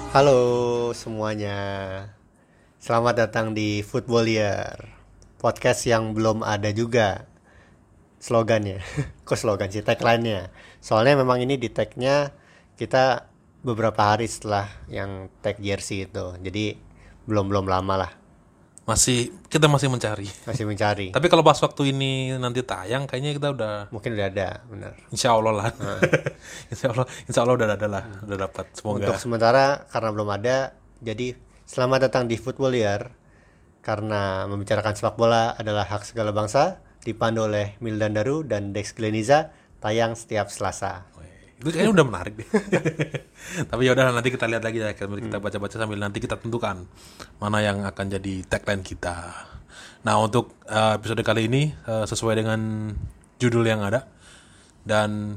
Halo semuanya, selamat datang di Footballier, podcast yang belum ada juga slogannya. Kok slogan sih, tagline-nya. Soalnya memang ini di tag-nya kita beberapa hari setelah yang tag jersey itu. Jadi belum lama lah, Kita masih mencari. masih mencari. Tapi kalau pas waktu ini nanti tayang, kayaknya kita udah, Mungkin udah ada, benar. insya Allah lah. insya Allah udah ada lah, udah dapat. Untuk Semoga. sementara karena belum ada, jadi selamat datang di Footballier. Karena membicarakan sepak bola adalah hak segala bangsa, dipandu oleh Mildan Daru dan Dex Gleniza, tayang setiap Selasa. Itu kayaknya udah menarik deh. Tapi ya udah nanti kita lihat lagi ya, kita baca-baca sambil nanti kita tentukan mana yang akan jadi tagline kita. Nah untuk episode kali ini sesuai dengan judul yang ada dan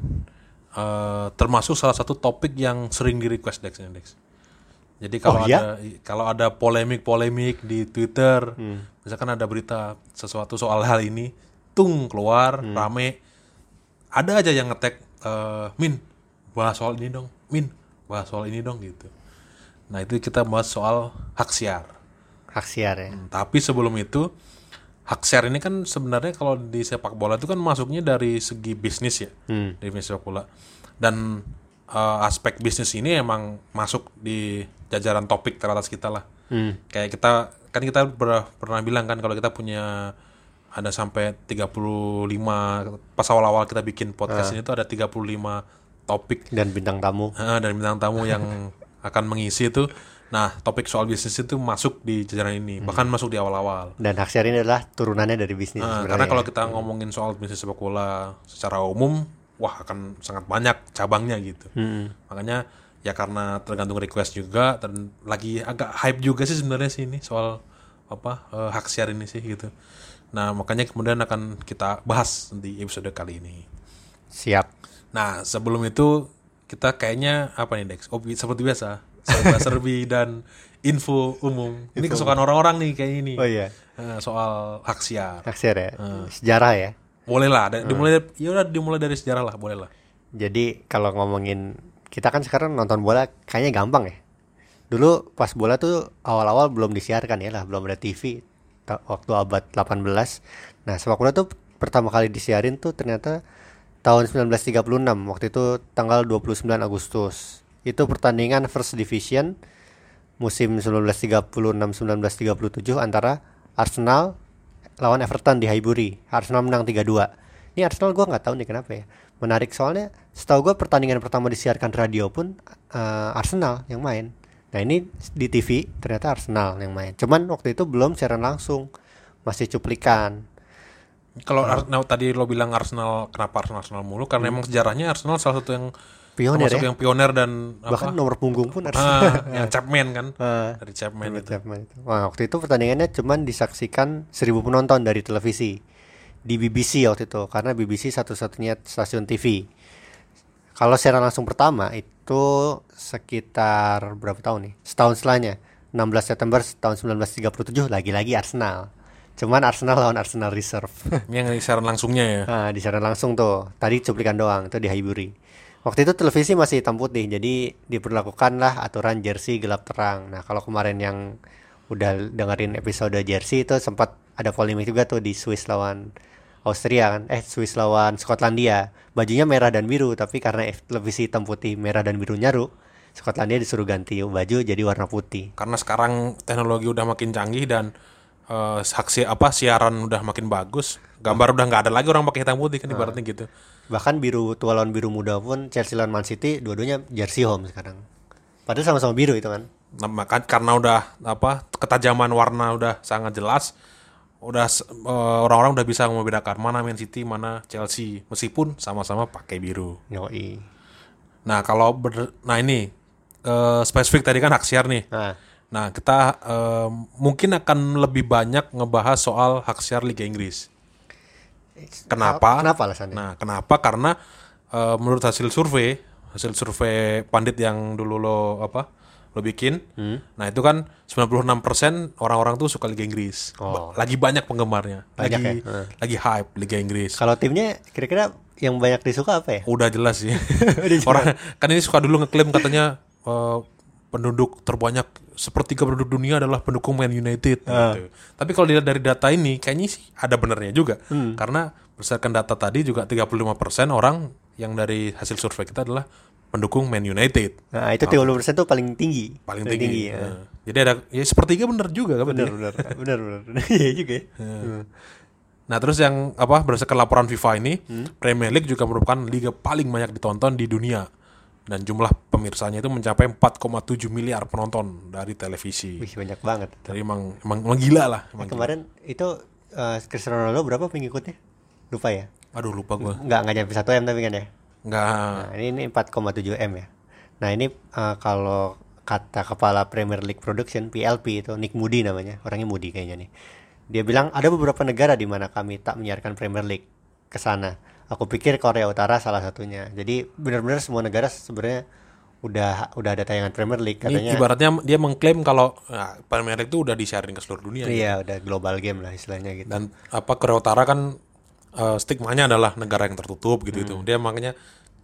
termasuk salah satu topik yang sering di request Dex. Jadi kalau Oh, iya? kalau ada polemik di Twitter, misalkan ada berita sesuatu soal hal ini, keluar rame, ada aja yang ngetek Min bahas soal ini dong, Min bahas soal ini dong gitu. Nah itu kita bahas soal hak siar. Hak siar ya. Tapi sebelum itu hak siar ini kan sebenarnya kalau di sepak bola itu kan masuknya dari segi bisnis ya, dari bisnis sepak bola. Dan aspek bisnis ini emang masuk di jajaran topik teratas kita lah. Kayak kita pernah bilang kan kalau kita punya ada sampai 35 pas awal-awal kita bikin podcast ini tuh ada 35 topik Dan bintang tamu. dan bintang tamu yang akan mengisi itu. Nah, topik soal bisnis itu masuk di jajaran ini, bahkan masuk di awal-awal. Dan hak siar ini adalah turunannya dari bisnis Karena sebenarnya. kalau kita ngomongin soal bisnis sepak bola secara umum, wah akan sangat banyak cabangnya gitu. Makanya ya karena tergantung request juga dan lagi agak hype juga sih sebenarnya sih ini soal hak siar ini sih gitu. Nah, makanya kemudian akan kita bahas di episode kali ini. Siap. Nah, sebelum itu kita kayaknya apa nih Dex? Seperti biasa, serba-serbi dan info umum. Ini kesukaan orang-orang nih kayak ini. Oh iya, Soal hak siar. hak siar ya. Sejarah ya. Boleh lah, dimulai dari sejarah lah, boleh lah. Jadi kalau ngomongin, kita kan sekarang nonton bola kayaknya gampang ya. Dulu pas bola tuh awal-awal belum disiarkan ya lah, belum ada TV waktu abad 18. Nah, sepak bola tuh pertama kali disiarin tuh ternyata tahun 1936, waktu itu tanggal 29 Agustus. Itu pertandingan First Division musim 1936-1937 antara Arsenal lawan Everton di Highbury. Arsenal menang 3-2. Ini Arsenal gue nggak tahu nih kenapa ya. Menarik soalnya setahu gue pertandingan pertama disiarkan radio pun Arsenal yang main. Nah ini di TV ternyata Arsenal yang main. Cuman waktu itu belum siaran langsung, masih cuplikan. Kalau tadi lo bilang Arsenal, kenapa Arsenal mulu? Karena emang sejarahnya Arsenal salah satu yang Pioner termasuk ya. yang pioner dan Bahkan nomor punggung pun Arsenal. yang Chapman kan, dari Chapman itu. Wah, waktu itu pertandingannya cuman disaksikan 1.000 penonton dari televisi di BBC waktu itu, karena BBC satu-satunya stasiun TV. Kalau siaran langsung pertama itu sekitar berapa tahun nih? Setahun setelahnya, 16 September tahun 1937, lagi-lagi Arsenal. Cuman Arsenal lawan Arsenal Reserve. Ini yang siaran langsungnya ya. Nah, di siaran langsung tuh. Tadi cuplikan doang, itu di Highbury. Waktu itu televisi masih hitam putih, jadi diberlakukanlah aturan jersey gelap terang. Nah, kalau kemarin yang udah dengerin episode jersey itu sempat ada polemik juga tuh di Swiss lawan Austria kan. Swiss lawan Skotlandia. Bajunya merah dan biru, tapi karena televisi hitam putih merah dan biru nyaru, Skotlandia disuruh ganti baju jadi warna putih. Karena sekarang teknologi udah makin canggih dan siaran udah makin bagus, gambar udah nggak ada lagi orang pakai hitam putih kan ibaratnya gitu. Bahkan biru tua lawan biru muda pun, Chelsea lawan Man City dua-duanya jersey home sekarang. Padahal sama-sama biru itu kan. Nah, karena udah ketajaman warna udah sangat jelas, udah orang-orang udah bisa membedakan mana Man City mana Chelsea meskipun sama-sama pakai biru. Yoi. Nah kalau ini spesifik tadi kan hak siar nih. Nah kita mungkin akan lebih banyak ngebahas soal hak siar Liga Inggris. Kenapa? Kenapa alasannya? Nah kenapa? Karena menurut hasil survei pandit yang dulu lo bikin, nah itu kan 96% orang-orang tuh suka Liga Inggris. Lagi banyak penggemarnya, Banyak lagi hype Liga Inggris. Kalau timnya kira-kira yang banyak disuka apa ya? Udah jelas sih. Orang kan ini suka dulu ngeklaim katanya penduduk terbanyak sepertiga penduduk dunia adalah pendukung Man United gitu. Tapi kalau dilihat dari data ini kayaknya sih ada benernya juga. Karena berdasarkan data tadi juga 35% orang yang dari hasil survei kita adalah pendukung Man United. Nah, itu 30% tuh paling tinggi. Paling tinggi. Ya. Nah, jadi ada ya sepertiga bener juga kan berarti. Benar. Iya juga ya. Nah, terus yang berdasarkan laporan FIFA ini, Premier League juga merupakan liga paling banyak ditonton di dunia. Dan jumlah pemirsanya itu mencapai 4,7 miliar penonton dari televisi. Wih, banyak banget. Jadi emang gila lah. Kemarin itu Cristiano Ronaldo berapa pengikutnya? Lupa ya? Aduh, lupa gue. Nggak nyampe 1 M tapi kan ya? Nggak. Nah, ini 4,7 M ya. Nah, ini kalau kata kepala Premier League Production, PLP itu, Nick Moody namanya. Orangnya Moody kayaknya nih. Dia bilang ada beberapa negara di mana kami tak menyiarkan Premier League ke sana. Aku pikir Korea Utara salah satunya. Jadi benar-benar semua negara sebenarnya udah ada tayangan Premier League katanya. Ini ibaratnya dia mengklaim kalau Premier League itu udah disiarin ke seluruh dunia. Iya, udah global game lah istilahnya gitu. Dan Korea Utara kan stigmanya adalah negara yang tertutup gitu. Dia makanya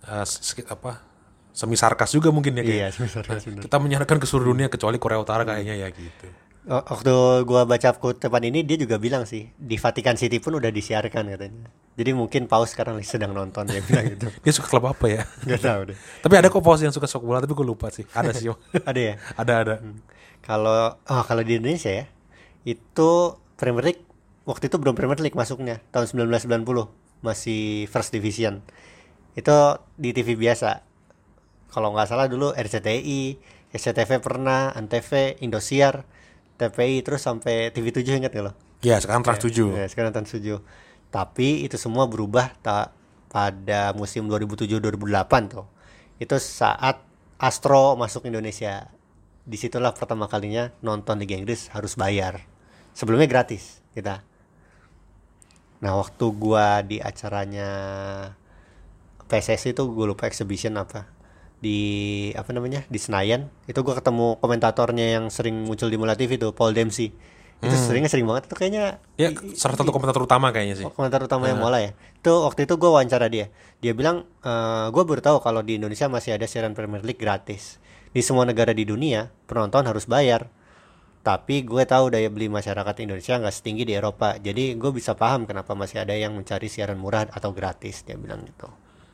semi sarkas juga mungkin ya kayak. Iya, semi sarkas. Kita menyiarkan ke seluruh dunia kecuali Korea Utara kayaknya ya gitu. Waktu gua baca kutipan ini dia juga bilang sih di Vatican City pun udah disiarkan katanya. Jadi mungkin Paus sekarang sedang nonton dia bilang gitu. Dia suka klub apa ya? Gak tahu deh. Tapi ada kok Paus yang suka sepak bola tapi gue lupa sih. Ada sih. Ada ya? Ada. Kalau di Indonesia ya itu Premier League waktu itu belum Premier League masuknya tahun 1990 masih First Division. Itu di TV biasa. Kalau nggak salah dulu RCTI, SCTV pernah, Antv, Indosiar, TPI terus sampai TV7 ingat gak lo? Ya sekarang Trans 7. Ya, sekarang Trans 7. Tapi itu semua berubah pada musim 2007-2008 tuh. Itu saat Astro masuk Indonesia. Disitulah pertama kalinya nonton Liga Inggris harus bayar. Sebelumnya gratis kita. Nah waktu gua di acaranya PSSI itu gue lupa exhibition apa di di Senayan itu gue ketemu komentatornya yang sering muncul di Mola TV tuh Paul Dempsey. Itu sering banget itu kayaknya ya salah satu komentator utama kayaknya sih. Komentator utama yang Mola ya. Itu waktu itu gue wawancara dia. Dia bilang gue baru tahu kalau di Indonesia masih ada siaran Premier League gratis. Di semua negara di dunia penonton harus bayar. Tapi gue tahu daya beli masyarakat Indonesia nggak setinggi di Eropa. Jadi gue bisa paham kenapa masih ada yang mencari siaran murah atau gratis. Dia bilang gitu.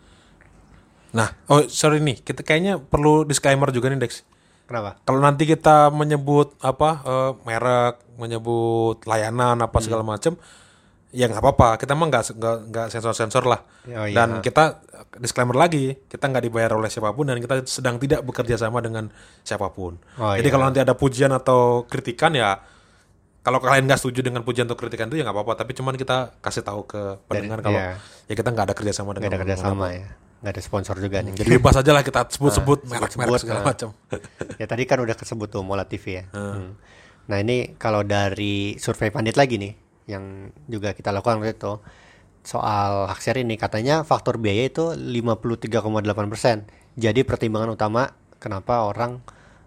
Nah, sorry nih, kita kayaknya perlu disclaimer juga nih Dex. Kenapa? Kalau nanti kita menyebut merek, menyebut layanan apa segala macam, ya nggak apa-apa. Kita mah nggak sensor lah. Oh, iya. Dan kita disclaimer lagi, kita nggak dibayar oleh siapapun dan kita sedang tidak bekerja sama dengan siapapun. Jadi kalau nanti ada pujian atau kritikan ya, kalau kalian nggak setuju dengan pujian atau kritikan itu ya nggak apa-apa. Tapi cuman kita kasih tahu ke pendengar kalau ya kita nggak ada kerja sama dengan. Nggak ada kerja sama ya. Nggak ada sponsor juga nih. Jadi bebas aja lah kita sebut-sebut merek-merek segala macam. Ya tadi kan udah kesebut tuh Mola TV ya. Nah ini kalau dari survei Pandit lagi nih yang juga kita lakukan waktu itu soal hak share ini katanya faktor biaya itu 53,8%. Jadi pertimbangan utama kenapa orang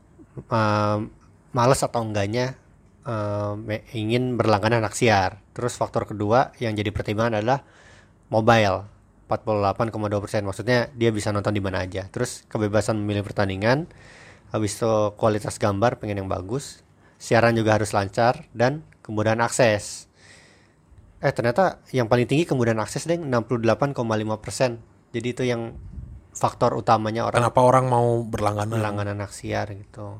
males atau enggaknya ingin berlangganan hak siar. Terus faktor kedua yang jadi pertimbangan adalah mobile 48,2%. Maksudnya dia bisa nonton di mana aja. Terus kebebasan memilih pertandingan, habis itu kualitas gambar pengen yang bagus, siaran juga harus lancar dan kemudahan akses. Ternyata yang paling tinggi kemudahan akses deh 68,5%. Jadi itu yang faktor utamanya orang. Kenapa orang mau berlangganan hak siar gitu.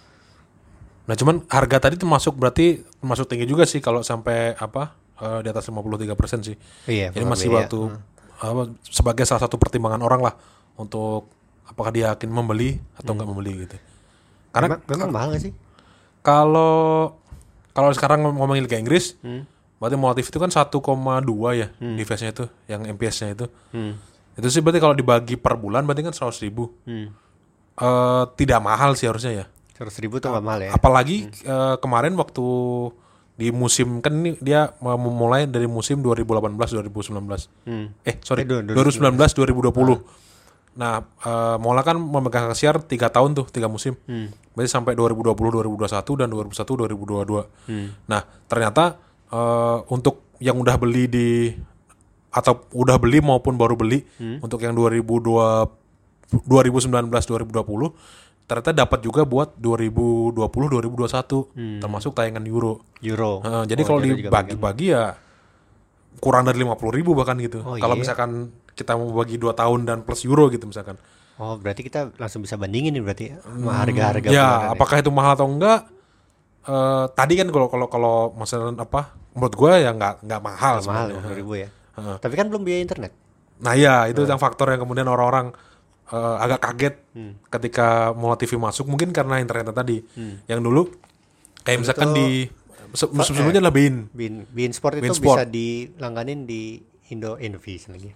Nah cuman harga tadi termasuk tinggi juga sih kalau sampai di atas 53% sih. Iya. Jadi masih sebagai salah satu pertimbangan orang lah untuk apakah dia yakin membeli atau nggak membeli gitu. Karena memang mahal nggak sih? Kalau sekarang ngomongin Liga Inggris, berarti Mola TV itu kan 1,2 ya device-nya itu, yang MPS-nya itu. Itu sih berarti kalau dibagi per bulan berarti kan 100.000. Tidak mahal sih harusnya ya. 100.000 tuh nggak mahal ya. Apalagi kemarin waktu di musim kan ini dia mulai dari musim 2018-2019. 2019-2020. Nah, Mola kan memegang hak siar 3 tahun tuh, 3 musim. Berarti sampai 2020-2021 dan 2021-2022. Nah, ternyata untuk yang udah beli udah beli maupun baru beli untuk yang 2019-2020 ternyata dapat juga buat 2020-2021 termasuk tayangan Euro. Jadi kalau dibagi-bagi ya kurang dari 50.000 bahkan gitu. Kalau misalkan kita mau bagi 2 tahun dan plus Euro gitu misalkan. Oh, berarti kita langsung bisa bandingin nih berarti sama harga-harga ya, apakah itu mahal atau enggak? Tadi kan kalau masalah apa? Menurut gue ya nggak mahal. Mahal 50.000 ya. Tapi kan belum biaya internet. Nah ya itu yang faktor yang kemudian orang-orang agak kaget ketika Mola TV masuk, mungkin karena internetnya tadi. Yang dulu kayak misalkan di sebelumnya adalah Bein Sport itu bisa dilangganin di Indovision lagi.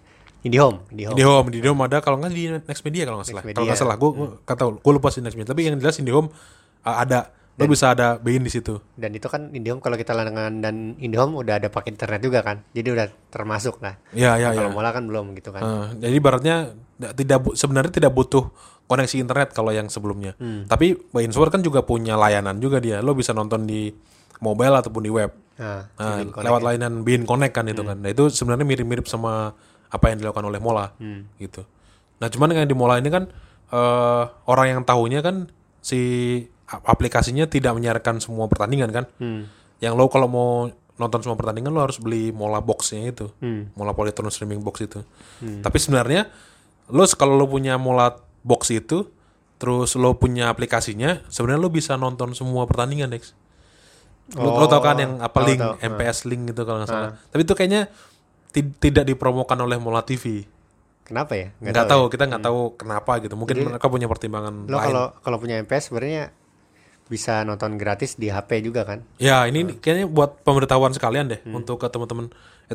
IndiHome ada, kalau nggak di Next Media kalau nggak salah. Kalau nggak salah, gue lupa sih Next Media. Tapi yang jelas IndiHome ada. Lo bisa ada Bein di situ. Dan itu kan IndiHome, kalau kita langganan dan IndiHome udah ada paket internet juga kan. Jadi udah termasuk lah. Iya. Kalau Mola kan belum gitu kan. Jadi ibaratnya sebenarnya tidak butuh koneksi internet kalau yang sebelumnya. Tapi Bein Sport kan juga punya layanan juga dia. Lo bisa nonton di mobile ataupun di web. Lewat layanan Bein Connect kan itu kan. Nah itu sebenarnya mirip-mirip sama apa yang dilakukan oleh Mola gitu. Nah cuman yang di Mola ini kan orang yang tahunya kan si aplikasinya tidak menyiarkan semua pertandingan kan. Yang lo kalau mau nonton semua pertandingan lo harus beli Mola Box-nya itu. Mola Polytron Streaming Box itu. Tapi sebenarnya kalau lo punya Mola Box itu, terus lo punya aplikasinya, sebenarnya lo bisa nonton semua pertandingan, Dex. Lo tau kan yang apa link, MPS link gitu kalau nggak salah. Tapi itu kayaknya tidak dipromokan oleh Mola TV. Kenapa ya? Nggak tahu, kita nggak tahu kenapa gitu. Mungkin mereka punya pertimbangan lo lain. Kalau punya MPS sebenarnya bisa nonton gratis di HP juga kan? Ya ini kayaknya buat pemberitahuan sekalian deh untuk ke teman-teman.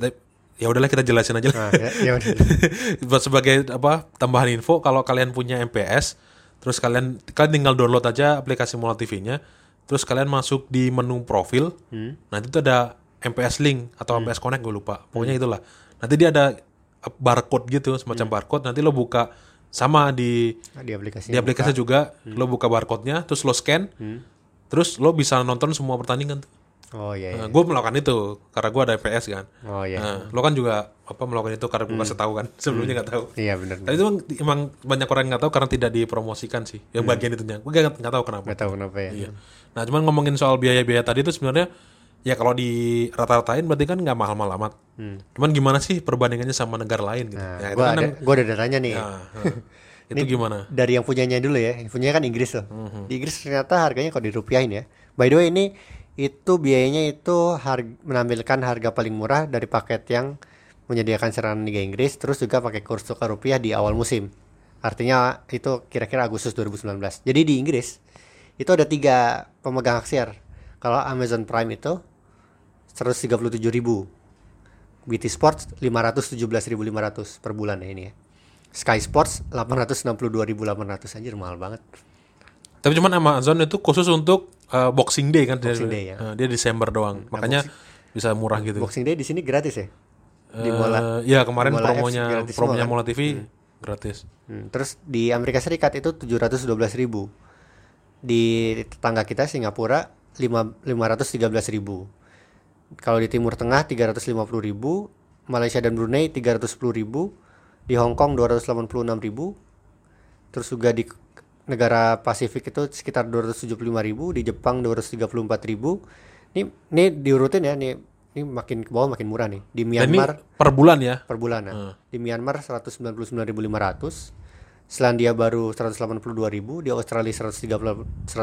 Ya udahlah kita jelasin aja lah. Ya Buat sebagai apa tambahan info, kalau kalian punya MPS, terus kalian tinggal download aja aplikasi Mola TV-nya, terus kalian masuk di menu profil, nanti tuh ada MPS link atau MPS Connect, gue lupa. Pokoknya itulah. Nanti dia ada barcode gitu, semacam barcode. Nanti lo buka sama di aplikasi juga, lo buka barcode-nya, terus lo scan, terus lo bisa nonton semua pertandingan tuh. Oh iya. Gue melakukan itu karena gue ada PS kan. Oh iya. Lo kan juga melakukan itu karena gue kasih tahu kan, sebelumnya nggak tahu. Iya benar. Tapi itu emang banyak orang nggak tahu karena tidak dipromosikan sih, yang bagian itunya. Gue nggak tahu kenapa. Nggak tahu kenapa ya. Iya. Nah cuman ngomongin soal biaya-biaya tadi itu sebenarnya ya kalau di rata-ratain berarti kan nggak mahal-mahal amat. Cuman gimana sih perbandingannya sama negara lain gitu? Nah, gue ada datanya nih. Itu gimana? Dari yang punyanya dulu ya. Yang punyanya kan Inggris loh. Di Inggris ternyata harganya kalau dirupiahin ya. By the way ini itu biayanya itu menampilkan harga paling murah dari paket yang menyediakan serangan Liga Inggris, terus juga pakai kurs tukar rupiah di awal musim. Artinya itu kira-kira Agustus 2019. Jadi di Inggris itu ada 3 pemegang hak siar. Kalau Amazon Prime itu 137.000, BT Sports 517.500 per bulan ya ini ya. Sky Sports 862.800, anjir mahal banget. Tapi cuman Amazon itu khusus untuk Boxing Day kan, Day, ya. Dia Desember doang, makanya bisa murah gitu. Boxing Day di sini gratis ya? Di Mola. Ya kemarin Mola promonya kan? Mola TV gratis. Terus di Amerika Serikat itu 712.000. Di tetangga kita Singapura 513.000. Kalau di Timur Tengah 350.000, Malaysia dan Brunei 310.000, di Hong Kong 286.000. Terus juga di negara Pasifik itu sekitar 275.000, di Jepang 234.000. Ini diurutin ya, ini makin ke bawah makin murah nih. Di Myanmar ini per bulan ya? Per bulan. Di Myanmar 199.500, Selandia Baru 182.000, di Australia 138.000,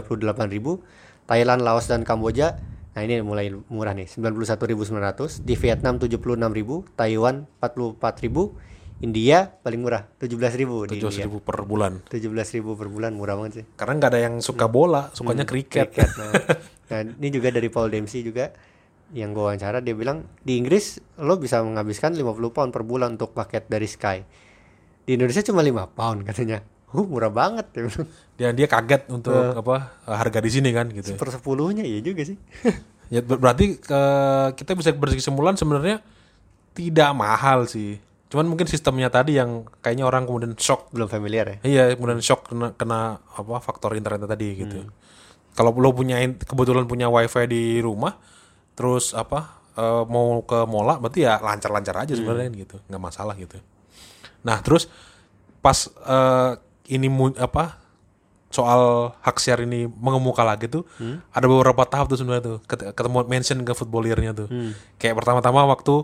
Thailand, Laos dan Kamboja. Nah, ini mulai murah nih, 91.900, di Vietnam 76.000, Taiwan 44.000. India paling murah 17.000 di India. 17.000 per bulan. 17.000 per bulan, murah banget sih. Karena nggak ada yang suka bola, sukanya kriket. Nah, ini juga dari Paul Dempsey juga yang gue wawancara, dia bilang di Inggris lo bisa menghabiskan 50 pound per bulan untuk paket dari Sky. Di Indonesia cuma 5 pound katanya. Murah banget dia. Dia kaget untuk harga di sini kan gitu. 1/10-nya iya juga sih. Ya berarti kita bisa berkesimpulan sebenarnya tidak mahal sih. Cuman mungkin sistemnya tadi yang kayaknya orang kemudian shock, belum familiar ya. Iya, kemudian shock kena faktor internet tadi gitu. Kalau lo kebetulan punya wifi di rumah, terus mau ke Mola, berarti ya lancar-lancar aja sebenarnya gitu, nggak masalah gitu. Nah terus pas ini soal hak siar ini mengemuka lagi tuh ada beberapa tahap tuh sebenarnya tuh ketemu mention ke footballernya tuh. Kayak pertama-tama waktu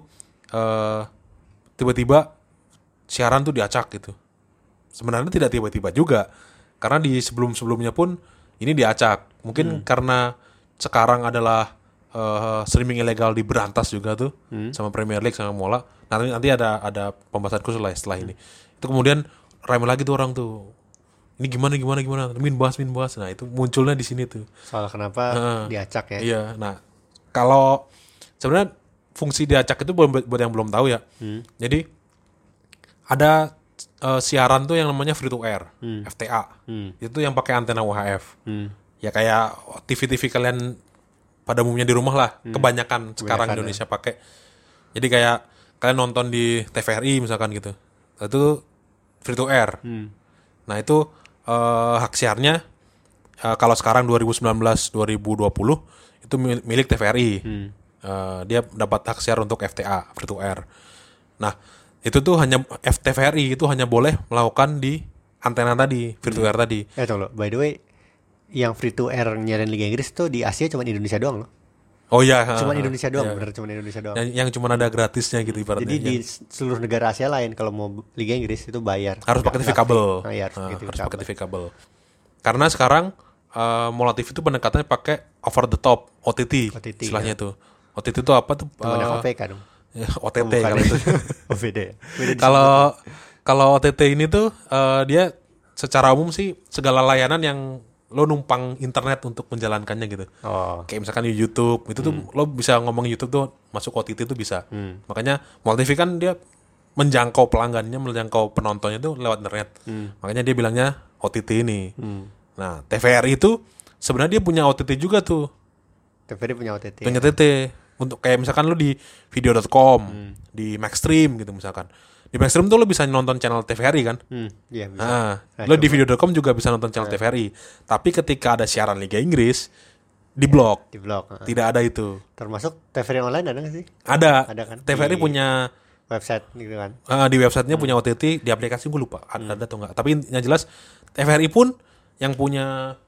tiba-tiba siaran tuh diacak gitu. Sebenarnya tidak tiba-tiba juga, karena di sebelum-sebelumnya pun ini diacak. Mungkin karena sekarang adalah streaming ilegal diberantas juga tuh sama Premier League sama Mola. Nanti ada pembahasan khusus lah setelah ini. Itu kemudian rame lagi tuh orang tuh. Ini gimana, min bahas. Nah, itu munculnya di sini tuh. Soal kenapa diacak ya. Iya, nah kalau sebenarnya fungsi diacak itu buat yang belum tahu ya. Jadi ada siaran tuh yang namanya free to air, FTA. Itu yang pakai antena UHF. Ya kayak TV-TV kalian pada umumnya di rumah lah, kebanyakan sekarang Indonesia pakai. Jadi kayak kalian nonton di TVRI misalkan gitu. Itu free to air. Nah, itu hak siarnya kalau sekarang 2019-2020 itu milik TVRI. Dia dapat hak siar untuk FTA, free to air. Nah, itu tuh hanya TVRI itu hanya boleh melakukan di antena tadi, free to air tadi. Tunggu, by the way, yang free to air nyiarin Liga Inggris tuh di Asia cuma Indonesia doang loh. Oh iya, cuma Indonesia doang, bener cuma Indonesia doang. Yang cuma ada gratisnya gitu ibaratnya. Jadi di seluruh negara Asia lain kalau mau Liga Inggris itu bayar. Harus pakai TV kabel. Harus pakai TV kabel. Karena sekarang Mola TV itu pendekatannya pakai over the top OTT istilahnya itu. OTT itu apa tuh? Temannya KPK dong. OTT kalau itu. Oh beda. Kalau OTT ini tuh dia secara umum sih segala layanan yang lo numpang internet untuk menjalankannya gitu. Kayak misalkan di YouTube itu tuh lo bisa ngomong YouTube tuh masuk OTT tuh bisa. Makanya Mola TV kan dia menjangkau pelanggannya, menjangkau penontonnya tuh lewat internet. Makanya dia bilangnya OTT ini. Nah, TVRI itu sebenarnya dia punya OTT juga tuh. TVRI punya OTT. Punya OTT. Untuk kayak misalkan lo di video.com, di Maxstream gitu misalkan. Di Maxstream tuh lo bisa nonton channel TVRI kan? Iya bisa. Lo di video.com juga bisa nonton channel TVRI. Tapi ketika ada siaran Liga Inggris, diblok. Tidak ada itu. Termasuk TVRI online ada nggak sih? Ada kan? TVRI punya website gitu kan? Di websitenya punya OTT, di aplikasi gue lupa ada atau enggak. Tapi yang jelas TVRI pun yang punya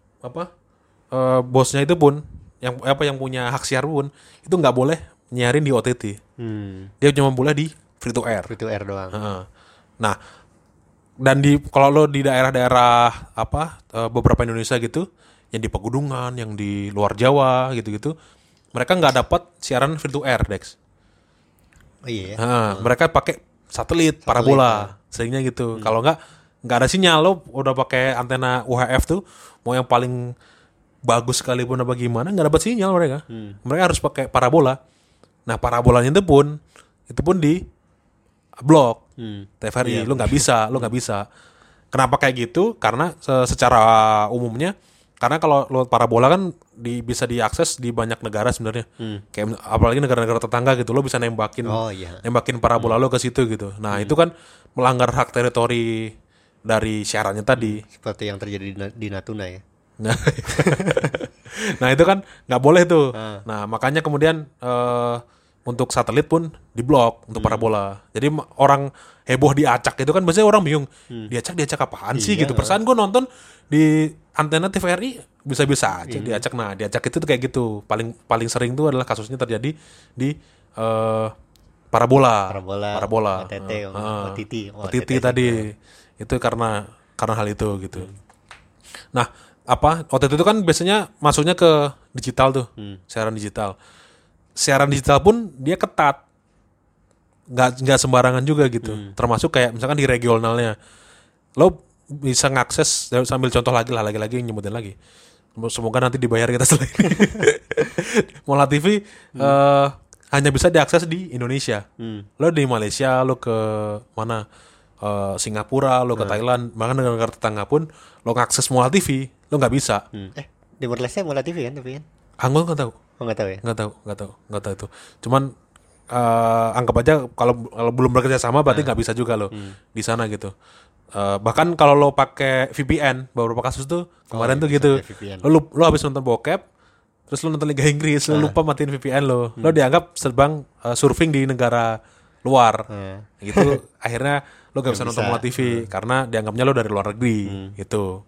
bosnya itu pun yang punya hak siar pun itu nggak boleh nyiarin di OTT. Dia cuma boleh di free to air doang. Nah, dan kalau lo di daerah-daerah beberapa Indonesia gitu, yang di pegunungan, yang di luar Jawa gitu-gitu, mereka nggak dapat siaran free to air, Dex. Oh iya. Mereka pakai satelit parabola, seringnya gitu. Kalau nggak ada sinyal, lo udah pakai antena UHF tuh, mau yang paling bagus sekalipun apa gimana, nggak dapat sinyal mereka. Mereka harus pakai parabola. Nah, parabolanya itu pun di blok TVRI. Lo nggak bisa. Kenapa kayak gitu? Karena secara umumnya, karena kalau lo parabola kan bisa diakses di banyak negara sebenarnya. Kayak apalagi negara-negara tetangga gitu, lo bisa nembakin parabola lo ke situ gitu. Nah, itu kan melanggar hak teritori dari siarannya tadi. Seperti yang terjadi di Natuna ya. Nah, itu kan nggak boleh tuh. Nah, makanya kemudian untuk satelit pun diblok untuk parabola. Jadi orang heboh diacak itu kan biasanya orang bingung. Diacak apaan sih gitu. Perasaan gue nonton di antena TVRI bisa-bisa aja diacak. Nah, diacak itu tuh kayak gitu. Paling sering tuh adalah kasusnya terjadi di parabola. OTT tadi. Itu karena hal itu gitu. Nah, OTT itu kan biasanya masuknya ke digital tuh. Siaran digital pun dia ketat, nggak sembarangan juga gitu. Termasuk kayak misalkan di regionalnya, lo bisa ngakses, sambil contoh lagi nyebutin lagi. Semoga nanti dibayar kita setelah ini. Mola TV hanya bisa diakses di Indonesia. Lo di Malaysia, lo ke mana? Singapura, lo ke Thailand, bahkan negara-negara tetangga pun lo ngakses Mola TV, lo nggak bisa. Di Malaysia Mola TV kan tapi kan? Gue nggak tahu. Nggak tahu ya? Nggak tahu itu. Cuman anggap aja kalau belum bekerja sama berarti nggak bisa juga lo di sana gitu. Bahkan kalau lo pakai VPN, beberapa kasus tuh kemarin tuh gitu. Lo habis nonton bokep, terus lo nonton Liga Inggris, lo lupa matiin VPN lo dianggap sedang surfing di negara luar. Gitu. Akhirnya lo gak bisa nonton Mola TV karena dianggapnya lo dari luar negeri gitu.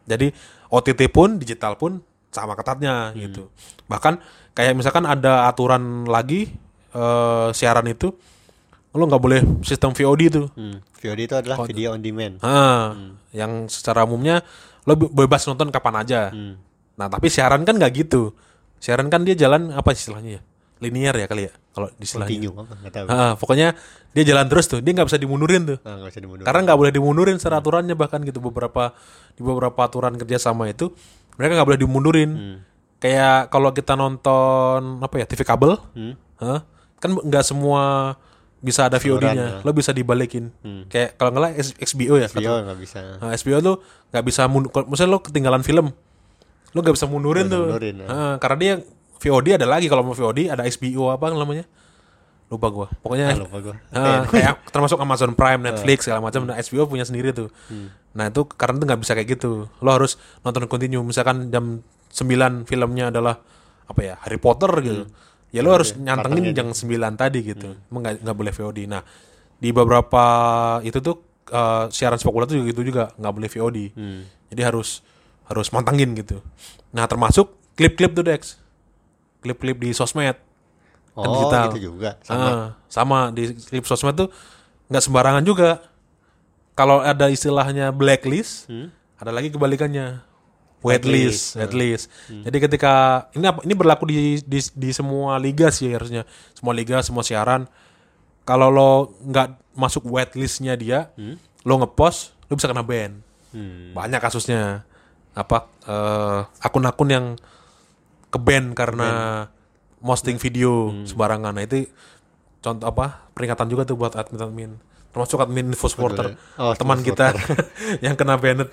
Jadi OTT pun digital pun sama ketatnya gitu. Bahkan kayak misalkan ada aturan lagi siaran itu lo nggak boleh sistem VOD tuh. VOD itu adalah video on demand. Yang secara umumnya lo bebas nonton kapan aja. Nah tapi siaran kan nggak gitu. Siaran kan dia jalan apa istilahnya ya? Linear ya kali ya kalau istilahnya. Continue apa nggak tahu. Pokoknya dia jalan terus tuh. Dia nggak bisa dimundurin tuh. Nggak bisa dimundur. Karena nggak boleh dimundurin secara aturannya, bahkan gitu di beberapa aturan kerjasama itu mereka nggak boleh dimundurin. Kayak kalau kita nonton apa ya TV kabel, kan nggak semua bisa ada VOD-nya, lo bisa dibalikin. Kayak kalau nggak HBO ya. HBO nggak bisa. Nah, HBO tuh nggak bisa misalnya lo ketinggalan film, lo nggak bisa mundurin tuh. Karena dia VOD ada lagi, kalau mau VOD ada HBO apa namanya, lupa gua. Pokoknya Lupa gua. kayak termasuk Amazon Prime, Netflix segala macam. Nah HBO punya sendiri tuh. Nah itu karena itu nggak bisa kayak gitu. Lo harus nonton continue. Misalkan jam 9 filmnya adalah apa ya Harry Potter gitu. Ya lo harus nyantengin jam 9 tadi gitu. Emang nggak boleh VOD. Nah di beberapa itu tuh siaran sepak bola tuh gitu juga nggak boleh VOD. Jadi harus mantengin gitu. Nah termasuk klip-klip tuh Dex. Klip-klip di sosmed. Kan digital. Gitu juga. Sama di klip sosmed tuh nggak sembarangan juga. Kalau ada istilahnya blacklist, ada lagi kebalikannya whitelist. Jadi ketika ini berlaku di semua liga sih harusnya, semua liga, semua siaran. Kalau lo nggak masuk whitelistnya dia, lo ngepost, lo bisa kena ban. Banyak kasusnya. Akun-akun yang ke-ban karena posting video sembarangan. Nah itu contoh peringatan juga tuh buat admin. Termasuk admin Info Supporter, teman kita yang kena banned.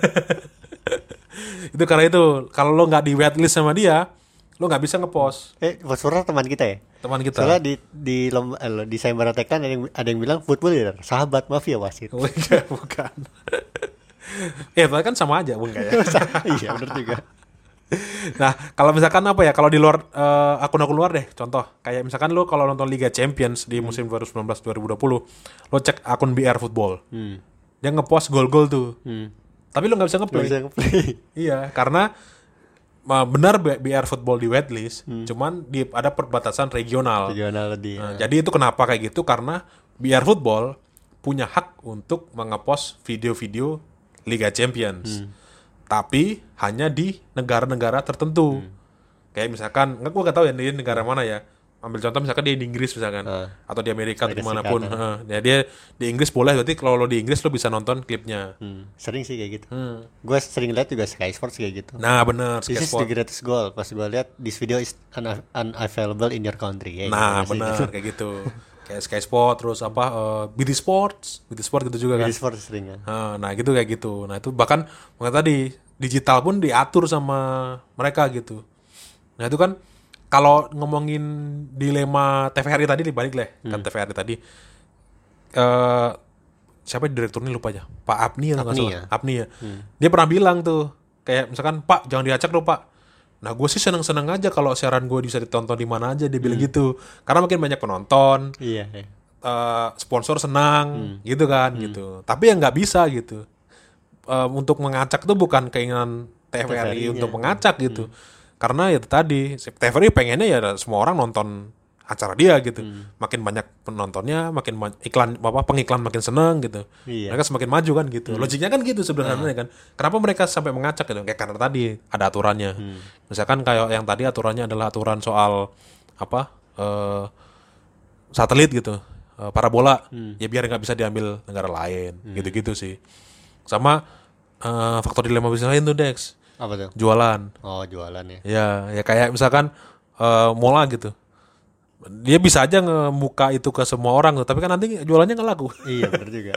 Itu karena itu kalau lo nggak di whitelist sama dia, lo nggak bisa ngepost. Supporter teman kita ya. Teman kita. Soalnya di sayembara tekan ada yang bilang football ya sahabat mafia wasit. Bukan. Tapi kan sama aja, bukan ya? Iya benar juga. Nah, kalau misalkan kalau di luar akun-akun luar deh, contoh kayak misalkan lo kalau nonton Liga Champions di musim 2019-2020, lo cek akun BR Football. Dia ngepost gol-gol tuh. Tapi lo nggak bisa ngeplay. Iya, karena benar BR Football di whitelist, cuman ada perbatasan regional. Jadi itu kenapa kayak gitu? Karena BR Football punya hak untuk mengepost video-video Liga Champions. Tapi hanya di negara-negara tertentu. Kayak misalkan, gue gak tahu ya di negara mana ya. Ambil contoh misalkan dia di Inggris misalkan, atau di Amerika atau dimanapun. Ya dia di Inggris boleh, berarti kalau lo di Inggris lo bisa nonton klipnya. Sering sih kayak gitu. Gue sering lihat juga Sky Sports kayak gitu. Nah benar. This is the greatest goal. Pas gue lihat this video is unavailable in your country. Nah benar kayak gitu. Kayak Sky Sport, terus BT Sports gitu juga kan. BT Sports sering kan. Nah gitu kayak gitu. Nah itu bahkan tadi digital pun diatur sama mereka gitu. Nah itu kan kalau ngomongin dilema TVRI tadi dibalik lah kan TVRI tadi. Siapa direkturnya lupa aja. Pak Apni atau nggak salah? Apni ya. Dia pernah bilang tuh kayak misalkan Pak jangan diacak loh Pak. Nah gue sih seneng-seneng aja kalau siaran gue bisa ditonton di mana aja, dia bilang gitu. Karena makin banyak penonton, sponsor senang, gitu kan, gitu. Tapi yang nggak bisa gitu. Untuk mengacak tuh bukan keinginan TVRI untuk mengacak gitu. Karena ya tadi TVRI pengennya ya semua orang nonton acara dia gitu. Makin banyak penontonnya, makin pengiklan makin seneng gitu. Mereka semakin maju kan gitu. Logiknya kan gitu sebenarnya kan. Kenapa mereka sampai mengacak gitu? Kayak karena tadi ada aturannya. Misalkan kayak yang tadi aturannya adalah aturan soal satelit gitu. Parabola. Ya biar nggak bisa diambil negara lain. Gitu-gitu sih. Sama faktor dilema bisnis lain tuh Dex. Apa tuh? Jualan. Oh jualan ya. Ya kayak misalkan mola gitu. Dia bisa aja ngebuka itu ke semua orang tuh, tapi kan nanti jualannya nggak laku. Iya benar juga.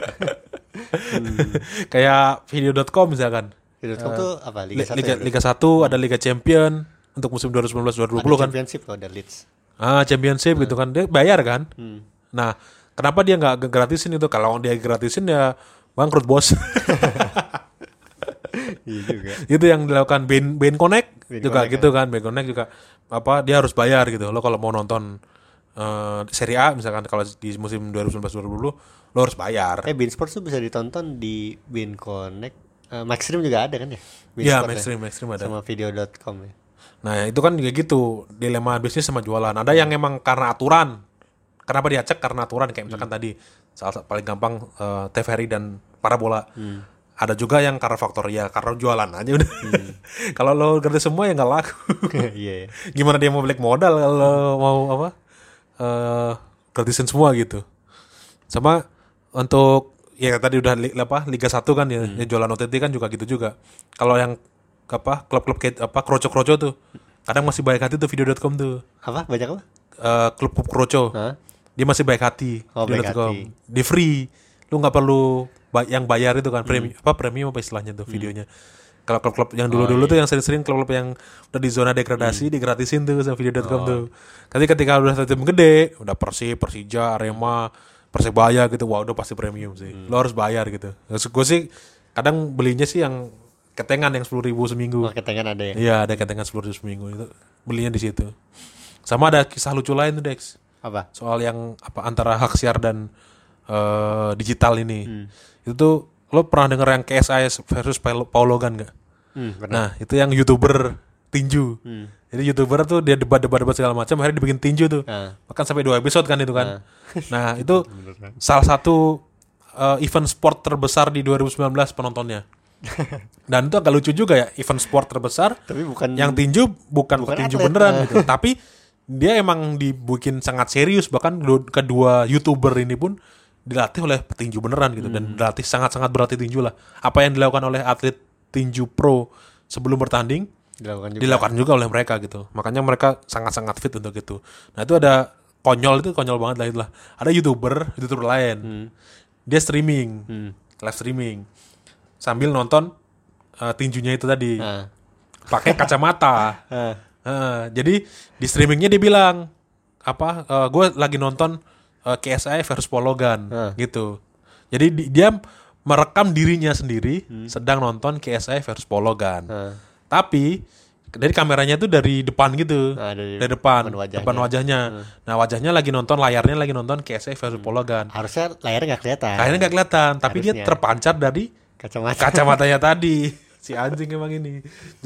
Kayak video.com misalkan. Video.com tuh apa? Liga 1 ada Liga Champion untuk musim 2019-2020 kan. Championship loh, ada Leeds. Championship gitu kan, dia bayar kan. Nah, kenapa dia nggak gratisin itu? Kalau dia gratisin ya bangkrut bos. Iya juga. Itu yang dilakukan Ben Connect juga gitu kan. Ben Connect juga dia harus bayar gitu. Lo kalau mau nonton Serie A misalkan kalau di musim 2019-2020 lo harus bayar. Bein Sports tuh bisa ditonton di Bein Connect Maxstream juga ada kan ya? Iya, Beansport Maxstream ada. sama video.com ya. Nah, itu kan juga gitu, dilema bisnis sama jualan. Ada yang emang karena aturan. Kenapa diacak? Karena aturan, kayak misalkan tadi paling gampang TVRI dan Parabola. Ada juga yang karena faktor ya karena jualan aja udah. Kalau lo gratis semua ya nggak laku. Iya. Gimana dia mau balik modal kalau mau apa? Gratisin semua gitu. Sama untuk ya tadi udah Liga 1 kan ya, ya jualan OTT kan juga gitu juga. Kalau yang klub-klub kayak kroco-kroco tuh kadang masih baik hati tuh video.com tuh. Apa? Banyak apa? Klub kroco. Hah? Dia masih baik hati Baik video.com. hati. Di free. Lu nggak perlu yang bayar itu kan premium apa istilahnya tuh videonya. Kalau klub-klub yang dulu-dulu tuh yang sering-sering klub-klub yang udah di zona degradasi digratisin tuh sama video.com tuh. Tapi ketika udah tim gede, udah Persib, Persija, Arema, Persebaya gitu, wah udah pasti premium sih. Lo harus bayar gitu. Gue sih kadang belinya sih yang ketengan yang 10.000 seminggu. Oh, ketengan ada ya? Iya, ada ketengan 10.000 seminggu itu. Belinya di situ. Sama ada kisah lucu lain tuh, Dex. Apa? Soal yang antara hak siar dan digital ini. Itu tuh lo pernah denger yang KSI versus Paul Logan gak? Nah, itu yang YouTuber tinju. Jadi YouTuber tuh dia debat segala macam, akhirnya dibikin tinju tuh. Bahkan sampai 2 episode kan itu kan. Nah, itu salah satu event sport terbesar di 2019 penontonnya. Dan itu agak lucu juga ya, event sport terbesar. Tapi bukan yang tinju bukan tinju atlet, beneran gitu. Tapi dia emang dibikin sangat serius, bahkan kedua YouTuber ini pun dilatih oleh petinju beneran gitu dan dilatih sangat-sangat berlatih tinju lah. Apa yang dilakukan oleh atlet tinju pro sebelum bertanding dilakukan juga oleh mereka gitu. Makanya mereka sangat-sangat fit untuk itu. Nah, itu ada konyol banget lah itulah. Ada YouTuber lain. Dia streaming, live streaming sambil nonton tinjunya itu tadi. Pakai kacamata. Jadi di streamingnya dia bilang gue lagi nonton KSI versus Paul Logan gitu. Jadi dia merekam dirinya sendiri sedang nonton KSI versus Paul Logan. Tapi dari kameranya tuh dari depan gitu. Dari depan wajahnya. Nah, wajahnya lagi nonton, layarnya lagi nonton KSI versus Paul Logan. Harusnya layarnya nggak kelihatan. Layarnya nggak kelihatan, tapi dia terpancar dari kacamatanya tadi. Si anjing emang ini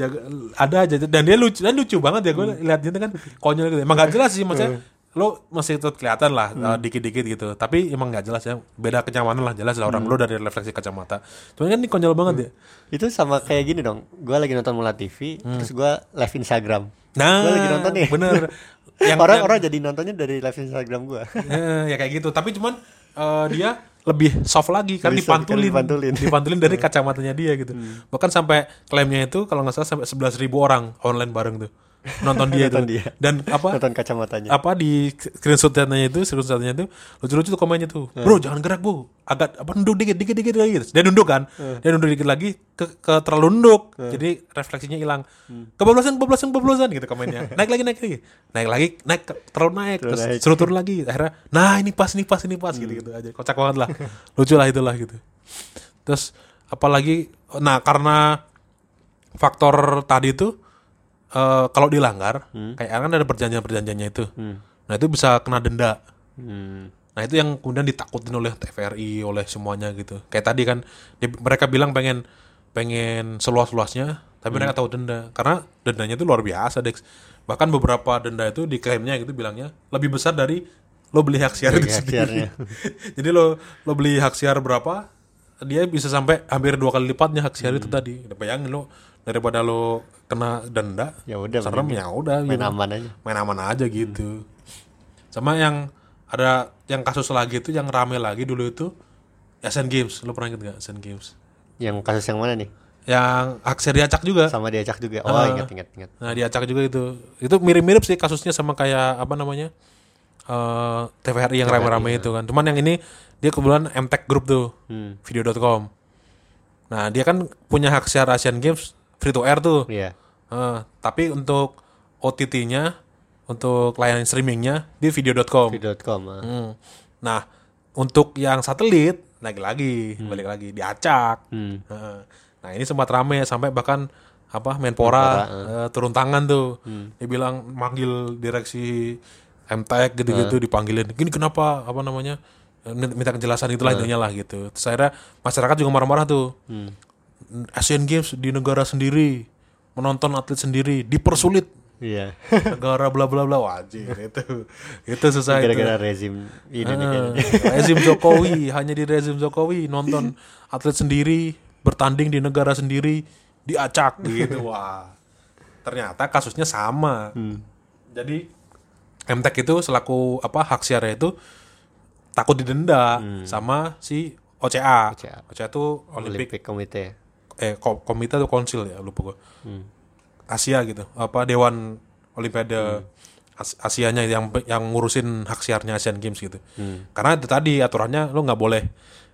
ada aja dan dia lucu banget ya, gue liatnya kan konyol gitu. Emang gak jelas sih maksudnya, lo masih tetap kelihatan lah dikit-dikit gitu, tapi emang gak jelas ya, beda kenyamanan lah, jelas lah orang lo dari refleksi kacamata. Cuman kan ini konyol banget ya. Itu sama kayak gini dong, gue lagi nonton Mola TV terus gue live Instagram. Nah, gue lagi nonton nih, bener. Orang jadi nontonnya dari live Instagram gue. Ya kayak gitu, tapi cuman dia lebih soft lagi karena dipantulin dari kacamatanya dia gitu. Bahkan sampai klaimnya itu kalau nggak salah sampai 11.000 orang online bareng tuh nonton dia itu. Dan nonton kacamatanya. Di screenshotnya itu lucu-lucu tuh komennya tuh. Bro, jangan gerak, Bu. Agak nunduk dikit lagi. Dia nunduk kan? Dia nunduk dikit lagi ke terlalu nunduk. Jadi refleksinya hilang. Kebablasan gitu komennya. Naik lagi, terlalu naik, terus suruh turun lagi. Akhirnya, nah ini pas gitu aja. Kocak banget lah. Lucu lah itulah gitu. Terus apalagi karena faktor tadi itu kalau dilanggar, kayak kan ada perjanjiannya itu. Nah, itu bisa kena denda. Nah, itu yang kemudian ditakutin oleh TVRI, oleh semuanya gitu. Kayak tadi kan mereka bilang pengen seluas-luasnya, tapi mereka tahu denda. Karena dendanya itu luar biasa, Dex. Bahkan beberapa denda itu diklaimnya gitu bilangnya lebih besar dari lo beli hak siar itu sendiri. Jadi lo beli hak siar berapa, dia bisa sampai hampir 2 kali lipatnya hak siar itu tadi. Bayangin lo, daripada lo kena denda, ya udah serem, ya udah main aman aja gitu. Sama yang ada yang kasus lagi itu yang rame lagi dulu itu Asian Games. Lo pernah inget gak Asian Games? Yang kasus yang mana nih? Yang Akser diacak juga. Sama diacak juga. Ingat. Nah, diacak juga itu mirip-mirip sih kasusnya sama kayak TVRI yang rame-rame itu kan. Cuman yang ini dia kebetulan MTech Group tuh, video.com. Nah, dia kan punya hak siar Asian Games free to air tuh. Iya. Tapi untuk OTT-nya, untuk layanan streamingnya di video.com. Nah, untuk yang satelit balik lagi diacak. Nah, ini sempat rame sampai bahkan Menpora turun tangan tuh. Dia bilang manggil direksi MTech gitu-gitu, dipanggilin. Gini kenapa minta kejelasan itulah intinya lah gitu. Terus akhirnya masyarakat juga marah-marah tuh. Asian Games di negara sendiri, menonton atlet sendiri, dipersulit Iya. negara bla bla bla, wajib itu susah itu. Gara-gara rezim ini nih kayaknya. Rezim Jokowi, hanya di rezim Jokowi nonton atlet sendiri bertanding di negara sendiri diacak gitu. Wah, ternyata kasusnya sama. Jadi MTek itu selaku hak siarnya itu takut didenda sama si OCA. OCA itu Olympic Committee. komite atau konsil ya, lupa gue. Asia gitu, Dewan Olimpiade Asianya yang ngurusin hak siarnya Asian Games gitu. Karena itu tadi aturannya lo nggak boleh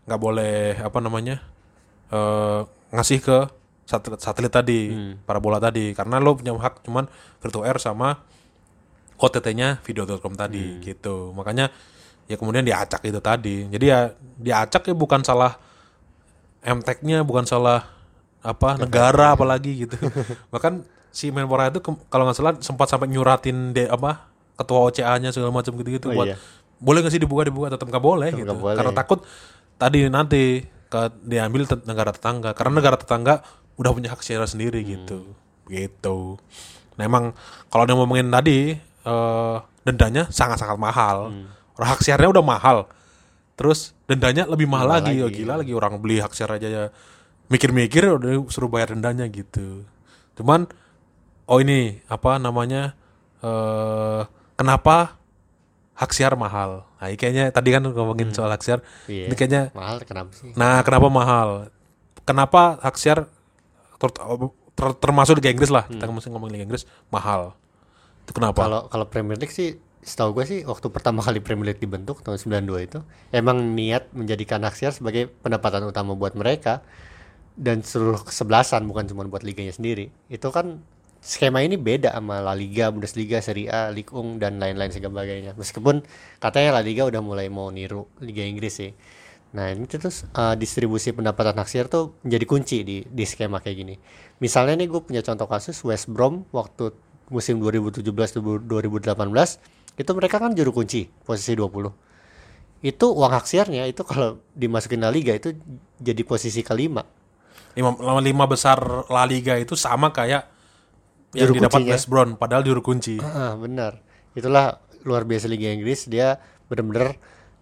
ngasih ke satelit tadi, parabola tadi, karena lo punya hak cuman free to air sama OTT-nya video.com tadi gitu. Makanya ya kemudian diacak itu tadi. Jadi ya diacak ya bukan salah MTek-nya, bukan salah negara apalagi gitu. Bahkan si Menpora itu kalau nggak salah sempat sampai nyuratin ketua OCA-nya segala macam gitu-gitu buat boleh nggak sih dibuka tetap nggak boleh gitu. Boleh. Karena takut tadi nanti diambil negara tetangga, karena negara tetangga udah punya hak siar sendiri gitu. Nah emang kalau dia ngomongin tadi dendanya sangat-sangat mahal. Hak siarnya udah mahal, terus dendanya lebih mahal lagi. Oh, gila lagi, orang beli hak siar aja ya mikir-mikir udah suruh bayar dendanya gitu. Cuman kenapa hak siar mahal? Nah, kayaknya tadi kan ngomongin soal hak siar. Iya. Ini kayaknya Mahal kenapa sih? Nah, kenapa mahal? Kenapa hak siar termasuk Liga Inggris lah, kita mesti ngomongin Liga Inggris mahal. Itu kenapa? Kalau Premier League sih, setahu gue sih waktu pertama kali Premier League dibentuk tahun 92 itu emang niat menjadikan hak siar sebagai pendapatan utama buat mereka dan seluruh kesebelasan, bukan cuma buat liganya sendiri. Itu kan skema ini beda sama La Liga, Bundesliga, Serie A, Ligue 1 dan lain-lain sebagainya. Meskipun katanya La Liga udah mulai mau niru Liga Inggris sih. Nah ini terus distribusi pendapatan hak siar tuh menjadi kunci di skema kayak gini. Misalnya nih gue punya contoh kasus West Brom waktu musim 2017-2018 itu mereka kan juru kunci posisi 20. Itu uang hak siarnya itu kalau dimasukin La Liga itu jadi posisi kelima. Lima besar La Liga itu sama kayak yang Juru didapat kuncinya. West Brom, padahal juru kunci. Benar. Itulah luar biasa Liga Inggris, dia benar-benar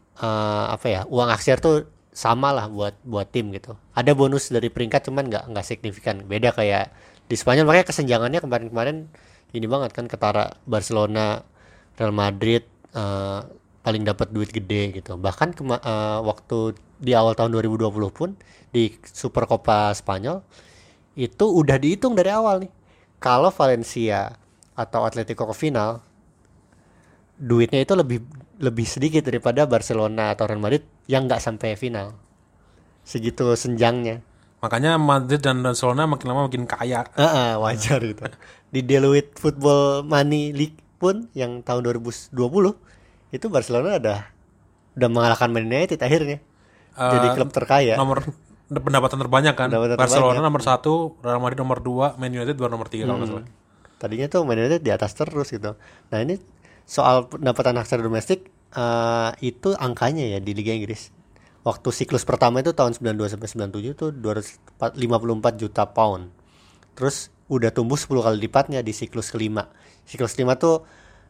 uang hak siar tuh sama lah buat tim gitu. Ada bonus dari peringkat cuman nggak signifikan. Beda kayak di Spanyol, makanya kesenjangannya kemarin ini banget kan, ketara Barcelona, Real Madrid paling dapat duit gede gitu. Bahkan waktu di awal tahun 2020 pun di Supercopa Spanyol itu udah dihitung dari awal nih. Kalau Valencia atau Atletico ke final, duitnya itu lebih sedikit daripada Barcelona atau Real Madrid yang nggak sampai final. Segitu senjangnya. Makanya Madrid dan Barcelona makin lama makin kaya. Wajar gitu. Di Deloitte Football Money League pun yang tahun 2020 itu Barcelona udah mengalahkan Man United akhirnya. Jadi klub terkaya. Nomor pendapatan terbanyak kan. Pendapatan Barcelona terbanyak. nomor 1, Real Madrid nomor 2, Man United baru nomor 3 kalau nggak salah. Tadinya tuh Man United di atas terus gitu. Nah ini soal pendapatan hak siar domestik itu angkanya ya di Liga Inggris. Waktu siklus pertama itu tahun 92 sampai 97 tuh 254 juta pound. Terus udah tumbuh 10 kali lipatnya di siklus kelima. Siklus kelima tuh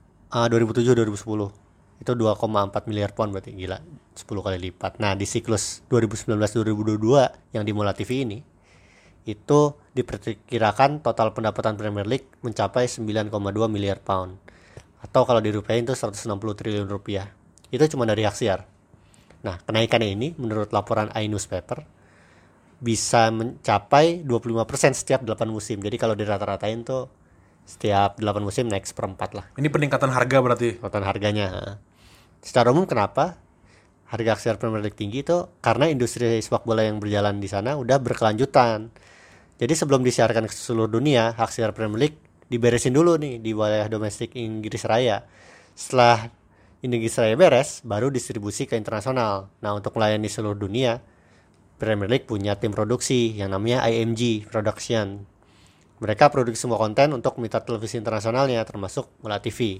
2007-2010. Itu 2,4 miliar pound, berarti gila 10 kali lipat. Nah di siklus 2019-2022 yang di Mola TV ini itu diperkirakan total pendapatan Premier League mencapai 9,2 miliar pound, atau kalau dirupiahin itu 160 triliun rupiah. Itu cuma dari hak siar. Nah kenaikan ini menurut laporan iNewspaper bisa mencapai 25% setiap 8 musim. Jadi kalau dirata-ratain tuh setiap 8 musim naik seperempat lah Ini peningkatan harga berarti. total harganya. Secara umum kenapa harga hak siar Premier League tinggi itu karena industri sepak bola yang berjalan di sana udah berkelanjutan. Jadi sebelum disiarkan ke seluruh dunia, hak siar Premier League diberesin dulu nih di wilayah domestik Inggris Raya. Setelah Inggris Raya beres, baru distribusi ke internasional. Nah untuk melayani seluruh dunia, Premier League punya tim produksi yang namanya IMG Production. Mereka produksi semua konten untuk mitra televisi internasionalnya, termasuk Mola TV.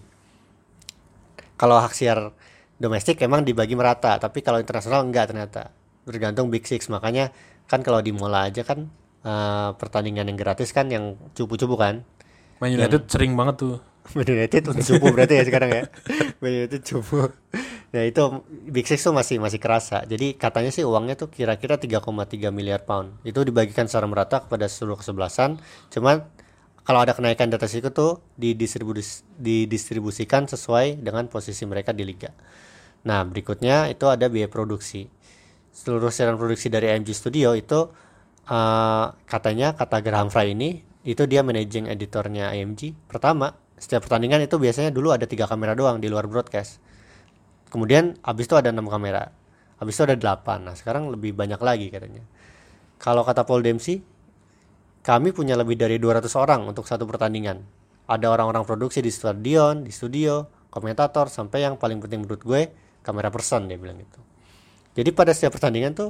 Kalau hak siar domestik emang dibagi merata, tapi kalau internasional enggak ternyata. Bergantung Big Six. Makanya kan kalau di Mola aja kan pertandingan yang gratis kan, yang cupu-cupu kan. Man United sering banget tuh. Man United udah cupu berarti ya sekarang ya. Man United cupu. Nah itu Big Six tuh masih kerasa. Jadi katanya sih uangnya tuh kira-kira 3,3 miliar pound. Itu dibagikan secara merata kepada seluruh kesebelasan. Cuman kalau ada kenaikan di atas itu tuh didistribusikan sesuai dengan posisi mereka di liga. Nah berikutnya itu ada biaya produksi. Seluruh siaran produksi dari AMG Studio itu katanya, kata Graham Fry ini, itu dia managing editornya AMG. Pertama, setiap pertandingan itu biasanya dulu ada 3 kamera doang di luar broadcast. Kemudian habis itu ada 6 kamera. Habis itu ada 8. Nah, sekarang lebih banyak lagi katanya. Kalau kata Paul Dempsey, kami punya lebih dari 200 orang untuk satu pertandingan. Ada orang-orang produksi di studio, komentator, sampai yang paling penting menurut gue, kamera person, dia bilang gitu. Jadi pada setiap pertandingan tuh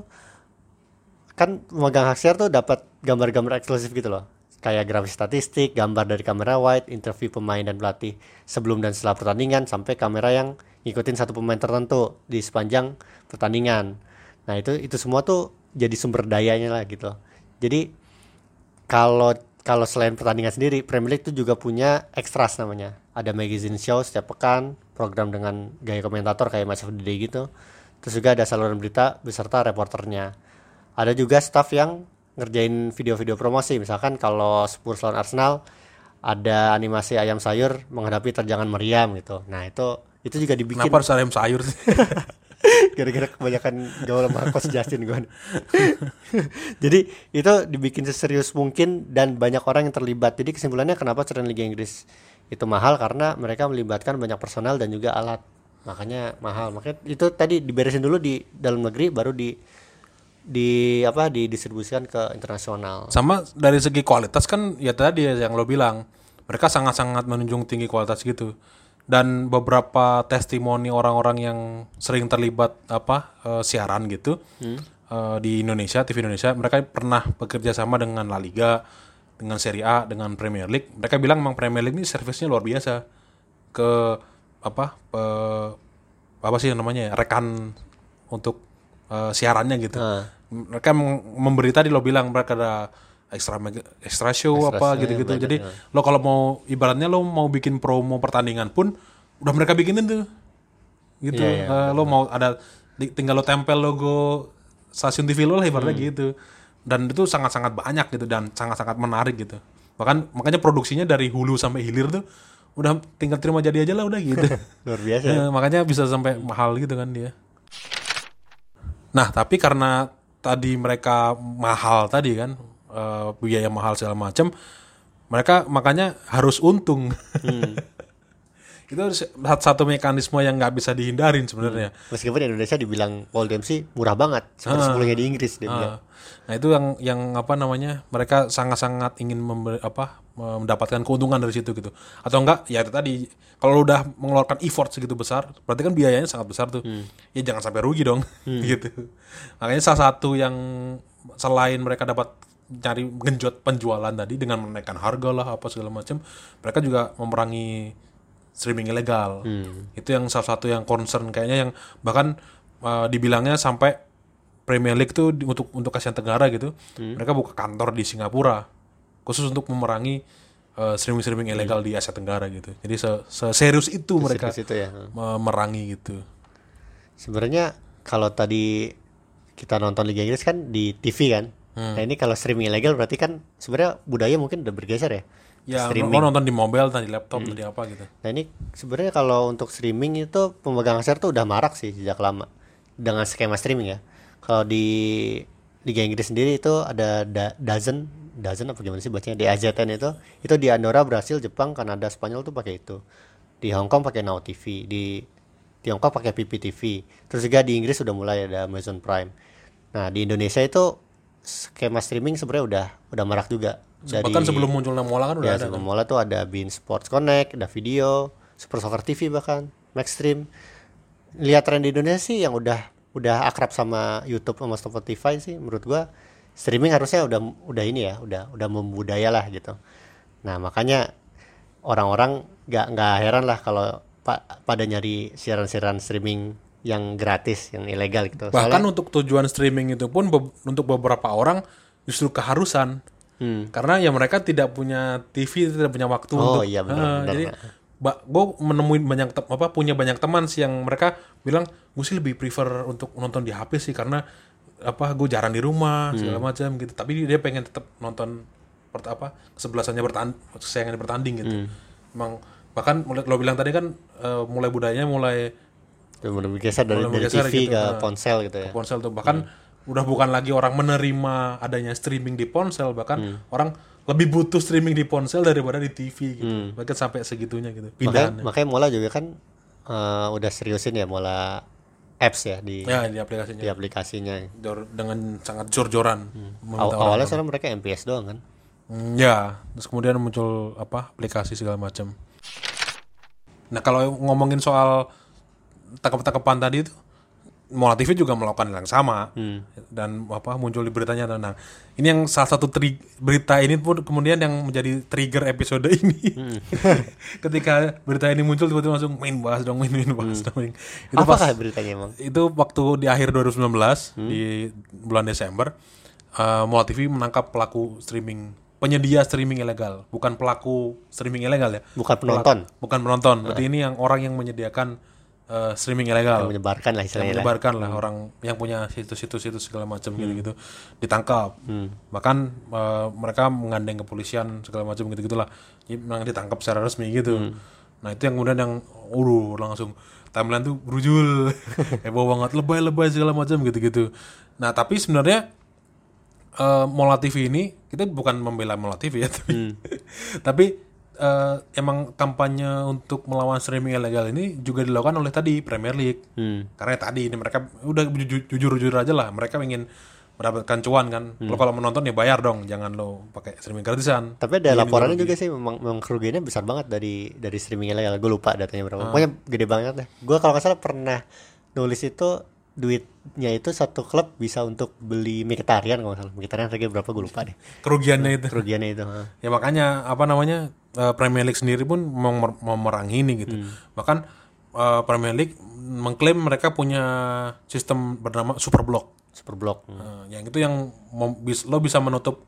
kan pemegang hak siar tuh dapat gambar-gambar eksklusif gitu loh. Kayak grafis statistik, gambar dari kamera wide, interview pemain dan pelatih sebelum dan setelah pertandingan, sampai kamera yang ngikutin satu pemain tertentu di sepanjang pertandingan. Nah itu semua tuh jadi sumber dayanya lah gitu. Jadi kalau selain pertandingan sendiri, Premier League itu juga punya extras namanya. Ada magazine show setiap pekan, program dengan gaya komentator kayak Match of the Day gitu. Terus juga ada saluran berita beserta reporternya. Ada juga staff yang ngerjain video-video promosi. Misalkan kalau Spurs lawan Arsenal, ada animasi ayam sayur menghadapi terjangan meriam gitu. Nah itu juga dibikin. Kenapa harus ayam sayur sih? Gara-gara kebanyakan gaul sama Coach Justin gue. Jadi itu dibikin seserius mungkin dan banyak orang yang terlibat. Jadi kesimpulannya kenapa siaran Liga Inggris itu mahal, karena mereka melibatkan banyak personal dan juga alat. Makanya mahal. Makanya itu tadi diberesin dulu di dalam negeri, baru didistribusikan ke internasional. Sama dari segi kualitas kan ya tadi yang lo bilang, mereka sangat-sangat menunjung tinggi kualitas gitu. Dan beberapa testimoni orang-orang yang sering terlibat siaran gitu di Indonesia, TV Indonesia, mereka pernah bekerja sama dengan La Liga, dengan Serie A, dengan Premier League. Mereka bilang memang Premier League ini servisnya luar biasa ke apa sih namanya ya, rekan untuk siarannya gitu. Mereka memberi, tadi lo bilang mereka ada extra show apa gitu-gitu. Jadi lo kalau mau ibaratnya lo mau bikin promo pertandingan pun udah mereka bikinin tuh. Gitu. Lo mau ada tinggal lo tempel logo stasiun TV lo lah ibaratnya gitu. Dan itu sangat-sangat banyak gitu dan sangat-sangat menarik gitu. Bahkan makanya produksinya dari hulu sampai hilir tuh udah tinggal terima jadi aja lah udah gitu. Luar biasa. Makanya bisa sampai mahal gitu kan dia. Nah, tapi karena tadi mereka mahal tadi kan, biaya mahal segala macam, mereka makanya harus untung. Itu satu mekanisme yang nggak bisa dihindarin sebenarnya. Meskipun Indonesia dibilang Paul Dempsey murah banget, seperti 10-nya di Inggris dia bilang. Nah itu yang apa namanya, mereka sangat-sangat ingin mendapatkan keuntungan dari situ gitu. Atau enggak ya itu tadi, kalau udah mengeluarkan effort segitu besar, berarti kan biayanya sangat besar tuh. Ya jangan sampai rugi dong gitu. Makanya salah satu yang selain mereka dapat cari genjot penjualan tadi dengan menaikkan harga lah apa segala macam, mereka juga memerangi streaming ilegal. Itu yang salah satu yang concern kayaknya, yang bahkan dibilangnya sampai Premier League tuh untuk Asia Tenggara gitu, mereka buka kantor di Singapura khusus untuk memerangi streaming ilegal di Asia Tenggara gitu. Jadi serius itu mereka memerangi gitu. Sebenarnya kalau tadi kita nonton Liga Inggris kan di TV kan. Nah ini kalau streaming ilegal berarti kan sebenarnya budaya mungkin udah bergeser ya. Ya, lo nonton di mobile, di laptop, di apa gitu. Nah ini sebenarnya kalau untuk streaming itu pemegang share tuh udah marak sih sejak lama dengan skema streaming ya. Kalau di Liga Inggris sendiri itu ada Dazen apa gimana sih bacanya, DAZN itu di Andorra, Brasil, Jepang, Kanada, Spanyol tuh pakai itu. Di Hong Kong pakai Now TV, di Tiongkok pakai PPTV. Terus juga di Inggris sudah mulai ada Amazon Prime. Nah di Indonesia itu skema streaming sebenarnya udah marak juga. Bahkan sebelum munculnya Mola kan udah ada. Sebelum Mola tuh ada Bein Sports Connect, ada video, Super Soccer TV bahkan, Maxstream. Lihat tren di Indonesia sih yang udah akrab sama YouTube sama Spotify sih, menurut gua streaming harusnya udah ini ya, udah membudaya lah gitu. Nah makanya orang-orang nggak heran lah kalau pada nyari siaran-siaran streaming yang gratis, yang ilegal gitu. Bahkan untuk tujuan streaming itu pun untuk beberapa orang justru keharusan. Karena ya mereka tidak punya TV, tidak punya waktu untuk. Iya benar. Jadi gue menemuin punya banyak teman sih yang mereka bilang gue sih lebih prefer untuk nonton di HP sih karena gue jarang di rumah segala macam gitu. Tapi dia pengen tetap nonton kesebelasannya kesayangannya bertanding gitu. Emang bahkan lo bilang tadi kan mulai budayanya mulai bergeser dari TV gitu, ke ponsel gitu ya. Ke ponsel tuh bahkan udah bukan lagi orang menerima adanya streaming di ponsel, bahkan orang lebih butuh streaming di ponsel daripada di TV gitu. Bahkan sampai segitunya gitu. Makanya Mola juga kan udah seriusin ya Mola apps ya di aplikasinya. Di aplikasinya. Dengan sangat jor-joran. Awalnya soalnya mereka MPS doang kan. Terus kemudian muncul aplikasi segala macam. Nah, kalau ngomongin soal tangkap-tangkapan tadi itu Mola TV juga melakukan yang sama dan muncul di beritanya. Nah, ini yang salah satu berita ini pun kemudian yang menjadi trigger episode ini. Ketika berita ini muncul tiba-tiba langsung main bahas dong. Itu apakah beritanya emang? Itu waktu di akhir 2019 di bulan Desember, Mola TV menangkap pelaku penyedia streaming ilegal, bukan pelaku streaming ilegal ya. Bukan penonton. Bukan penonton. Berarti ini yang orang yang menyediakan streaming ilegal, yang menyebarkan lah istilahnya. Menyebarkan lah orang yang punya situs-situs segala macam gitu ditangkap. Bahkan mereka menggandeng kepolisian segala macam gitu-gitulah. Jadi memang ditangkap secara resmi gitu. Nah, itu yang kemudian yang langsung timeline tuh berujul. Heboh banget, lebay-lebay segala macam gitu-gitu. Nah, tapi sebenarnya Mola TV ini kita bukan membela Mola TV ya, tapi emang kampanye untuk melawan streaming ilegal ini juga dilakukan oleh tadi Premier League. Karena tadi ini mereka udah jujur-jujur aja lah, mereka ingin mendapatkan cuan kan. Lo kalau menonton ya bayar dong, jangan lo pakai streaming gratisan. Tapi ada laporannya juga sih memang kerugiannya besar banget dari streaming ilegal. Gue lupa datanya berapa. Pokoknya gede banget deh. Gue kalau nggak salah pernah nulis itu duitnya itu satu klub bisa untuk beli Mkhitaryan kalau nggak salah. Mkhitaryan harganya berapa gue lupa deh. Kerugiannya itu. Ya makanya Premier League sendiri pun memerangi ini gitu. Bahkan Premier League mengklaim mereka punya sistem bernama Superblock. Yang itu yang lo bisa menutup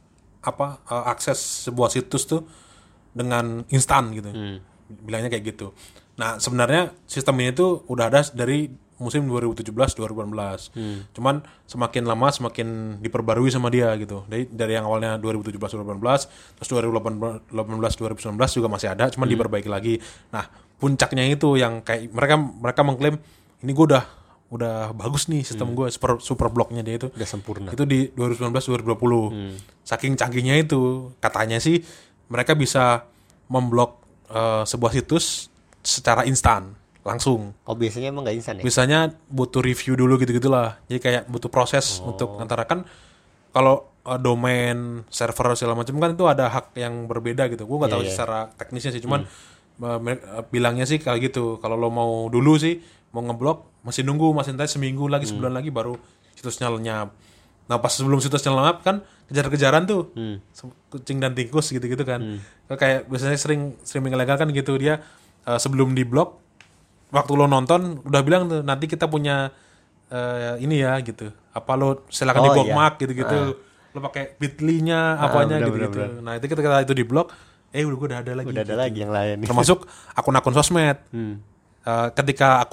akses sebuah situs tuh dengan instan gitu. Bilangnya kayak gitu. Nah, sebenarnya sistem ini tuh udah ada dari musim 2017-2018. Cuman semakin lama semakin diperbarui sama dia gitu. Dari yang awalnya 2017-2018, terus 2018-2019 juga masih ada, cuman diperbaiki lagi. Nah, puncaknya itu yang kayak mereka mengklaim ini gue udah bagus nih sistem gue, super blocknya dia itu udah sempurna. Itu di 2019-2020. Saking canggihnya itu, katanya sih mereka bisa memblok sebuah situs secara instan. Langsung. Oh, biasanya emang nggak instan ya? Biasanya butuh review dulu gitu-gitulah. Jadi kayak butuh proses untuk antara kan kalau domain server segala macam kan itu ada hak yang berbeda gitu. Gue nggak tahu secara teknisnya sih, cuman bilangnya sih kayak gitu. Kalau lo mau dulu sih mau ngeblok masih nunggu nanti seminggu lagi sebulan lagi baru situsnya lenyap. Nah, pas sebelum situsnya lenyap kan kejar-kejaran tuh kucing dan tikus gitu-gitu kan. Kayak biasanya sering streaming ilegal kan gitu, dia sebelum diblok waktu lo nonton udah bilang tuh nanti kita punya ini ya gitu. Apa lo silakan di bookmark gitu-gitu. Lo pakai Bitly-nya apanya gitu-gitu. Bener. Nah, itu ketika itu di blok udah ada lagi. Udah ada lagi yang lain. Termasuk akun-akun sosmed. Ketika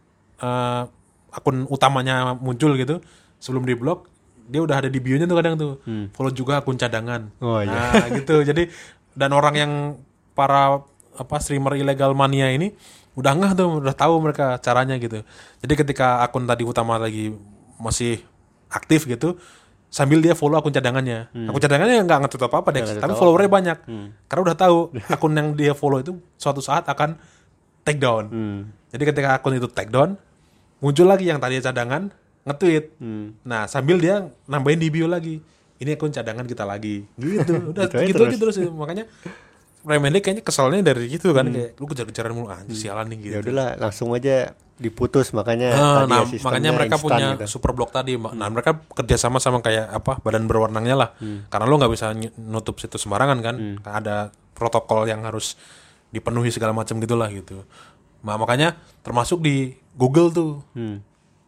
akun utamanya muncul gitu, sebelum di blok dia udah ada di bio-nya tuh kadang tuh. Follow juga akun cadangan. Nah, gitu. Jadi dan orang yang para streamer ilegal mania ini udah tahu mereka caranya gitu. Jadi ketika akun tadi utama lagi masih aktif gitu, sambil dia follow akun cadangannya. Akun cadangannya nggak nge-tweet apa-apa deh, tapi followernya banyak. Karena udah tahu akun yang dia follow itu suatu saat akan take down. Jadi ketika akun itu take down, muncul lagi yang tadi cadangan nge-tweet. Nah, sambil dia nambahin di bio lagi. Ini akun cadangan kita lagi. Gitu. Udah gitu aja terus. Makanya Premier League kayaknya keselnya dari gitu kan, kayak lu kejar-kejaran mulu sialan nih gitu. Ya udahlah, langsung aja diputus makanya makanya mereka punya gitu. Superblock tadi. Nah, mereka kerjasama sama kayak badan berwenangnya lah. Karena lo nggak bisa nutup situs sembarangan kan. Ada protokol yang harus dipenuhi segala macam gitulah gitu. Nah, makanya termasuk di Google tuh.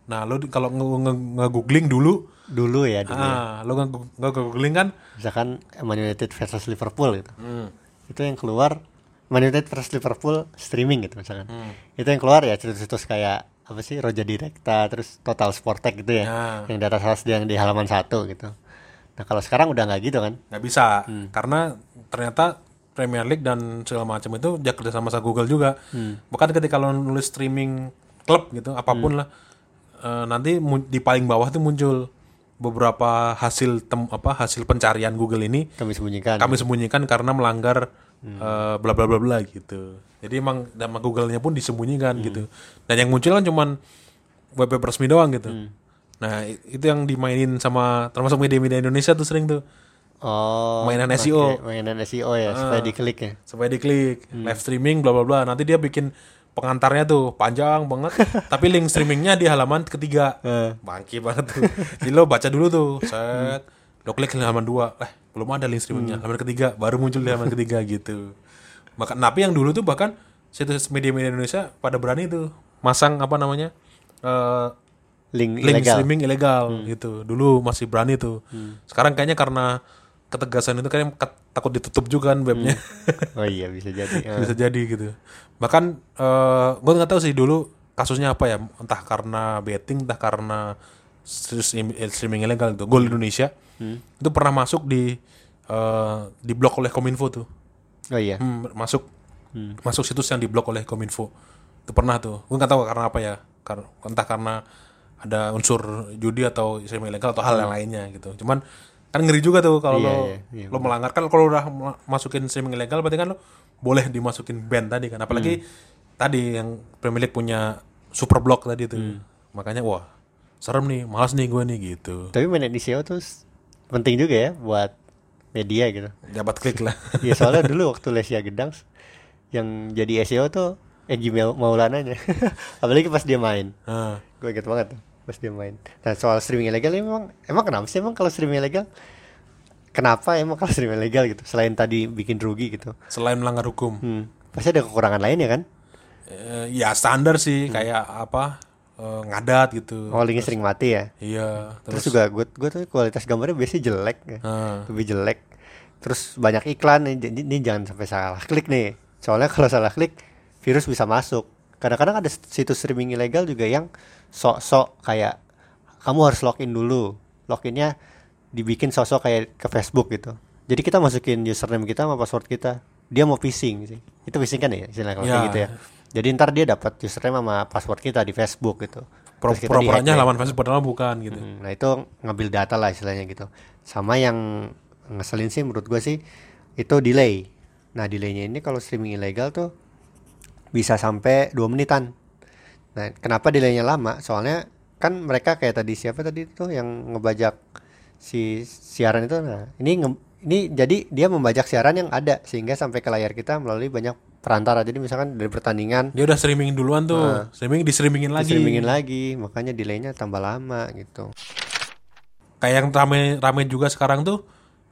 Nah, lo kalau nge-googling dulu, ya dulu ya. lo nge-googling kan, Misalkan Man United versus Liverpool gitu. Itu yang keluar Man United versus Liverpool streaming gitu misalkan. Itu yang keluar ya situs-situs kayak apa sih Roja Direkta, terus Total Sport Tech gitu ya. Yang data sales yang di halaman 1 gitu. Nah, kalau sekarang udah nggak gitu kan? nggak bisa, karena ternyata Premier League dan segala macam itu dia kerja sama Google juga. Bahkan ketika lo nulis streaming klub gitu, apapun lah, nanti di paling bawah tuh muncul beberapa hasil hasil pencarian Google ini Kami sembunyikan. kami sembunyikan karena melanggar bla bla bla bla gitu. Jadi emang nama Google-nya pun disembunyikan gitu. Dan yang muncul kan cuman web resmi doang gitu. Nah, itu yang dimainin sama termasuk media-media Indonesia tuh sering tuh. Oh, Mainan SEO. Mainan SEO ya, supaya diklik ya. Supaya diklik, live streaming bla bla bla. Nanti dia bikin pengantarnya tuh panjang banget, tapi link streamingnya di halaman ketiga. Bangki banget tuh. Jadi lo baca dulu tuh, set, lo klik di halaman 2, belum ada link streamingnya. Halaman ketiga baru muncul di halaman ketiga gitu. Tapi yang dulu tuh bahkan situs media-media Indonesia pada berani tuh masang Link link ilegal. streaming ilegal gitu. Dulu masih berani tuh. Sekarang kayaknya karena ketegasan itu kayaknya takut ditutup juga kan webnya. Oh iya, bisa jadi. Bisa jadi gitu. Bahkan gue nggak tahu sih dulu kasusnya apa ya, entah karena betting, entah karena streaming ilegal itu. Gol Indonesia itu pernah masuk di blok oleh Kominfo tuh. Oh iya. Masuk situs yang diblok oleh Kominfo. Itu pernah tuh. Gue nggak tahu karena apa ya. Entah karena ada unsur judi atau streaming ilegal atau hal yang lainnya gitu. Cuman kan ngeri juga tuh kalau lo melanggar. Kan kalau udah masukin streaming ilegal berarti kan lo boleh dimasukin ban tadi kan. Apalagi tadi yang Premier League punya super block tadi tuh. Makanya wah, serem nih, malas nih gue nih gitu. Tapi main SEO tuh penting juga ya buat media gitu. Dapat klik lah. Iya, soalnya dulu waktu Lesia Gedang yang jadi SEO tuh Egy Maulananya. Apalagi pas dia main. Gue inget banget tuh pas dia main. Nah, soal streaming ilegal emang kenapa sih kalau streaming ilegal? Kenapa emang kalau streaming ilegal gitu? Selain tadi bikin rugi gitu. Selain melanggar hukum. Pasti ada kekurangan lain ya kan? Ya standar sih kayak apa? Ngadat gitu. Oh, linknya sering mati ya? Iya. Terus juga gue tuh kualitas gambarnya biasanya jelek ya. Lebih jelek. Terus banyak iklan nih, ini jangan sampai salah klik nih. Soalnya kalau salah klik virus bisa masuk. Kadang-kadang ada situs streaming ilegal juga yang sok-sok kayak kamu harus login dulu. Loginnya dibikin sok-sok kayak ke Facebook gitu. Jadi kita masukin username kita sama password kita. Dia mau phishing sih. Itu phishing kan ya istilahnya kalau kayak gitu ya. Jadi ntar dia dapat username sama password kita di Facebook gitu. Pura-puranya laman Facebook padahal bukan gitu. Nah itu ngambil data lah istilahnya gitu. Sama yang ngeselin sih menurut gue sih itu delay. Nah delaynya ini kalau streaming ilegal tuh bisa sampai 2 menitan. Nah kenapa delaynya lama? Soalnya kan mereka kayak siapa tadi tuh yang ngebajak si siaran itu. Nah ini jadi dia membajak siaran yang ada sehingga sampai ke layar kita melalui banyak perantara. Jadi misalkan dari pertandingan dia udah streaming duluan tuh, streamingin lagi, makanya delaynya tambah lama gitu. Kayak yang rame juga sekarang tuh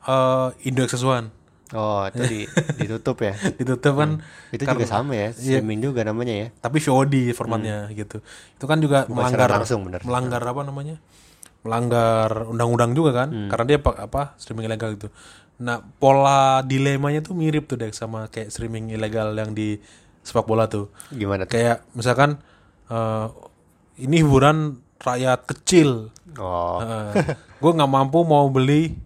Indo Access One. Oh itu ditutup ya? Ditutup kan? Itu juga sama ya, streaming juga namanya ya. Tapi VOD formatnya gitu. Itu kan juga bukan melanggar apa namanya? Melanggar undang-undang juga kan? Karena dia streaming ilegal gitu. Nah pola dilemanya tuh mirip tuh Dek sama kayak streaming ilegal yang di sepak bola tuh. Gimana tuh? Kayak misalkan ini hiburan rakyat kecil. Gue nggak mampu mau beli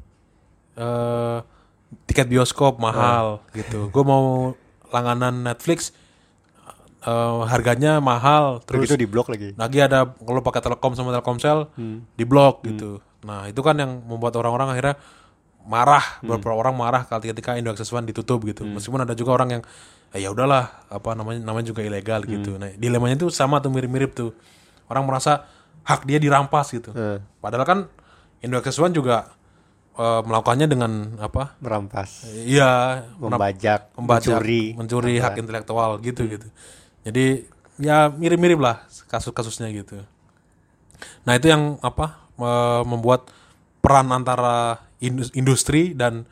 tiket bioskop mahal gitu. Gue mau langganan Netflix harganya mahal. Terus itu diblok lagi. Lagi ada kalau pakai Telkom sama Telkomsel diblok gitu. Nah itu kan yang membuat orang-orang akhirnya marah. Beberapa orang marah ketika Indo Access One ditutup gitu. Meskipun ada juga orang yang ya udahlah namanya juga ilegal gitu. Nah dilemanya itu sama tuh mirip-mirip tuh. Orang merasa hak dia dirampas gitu. Padahal kan Indo Access One juga melakukannya dengan apa? Merampas. Iya, membajak, mencuri hak intelektual gitu. Jadi ya mirip-mirip lah kasus-kasusnya gitu. Nah, itu yang membuat peran antara industri dan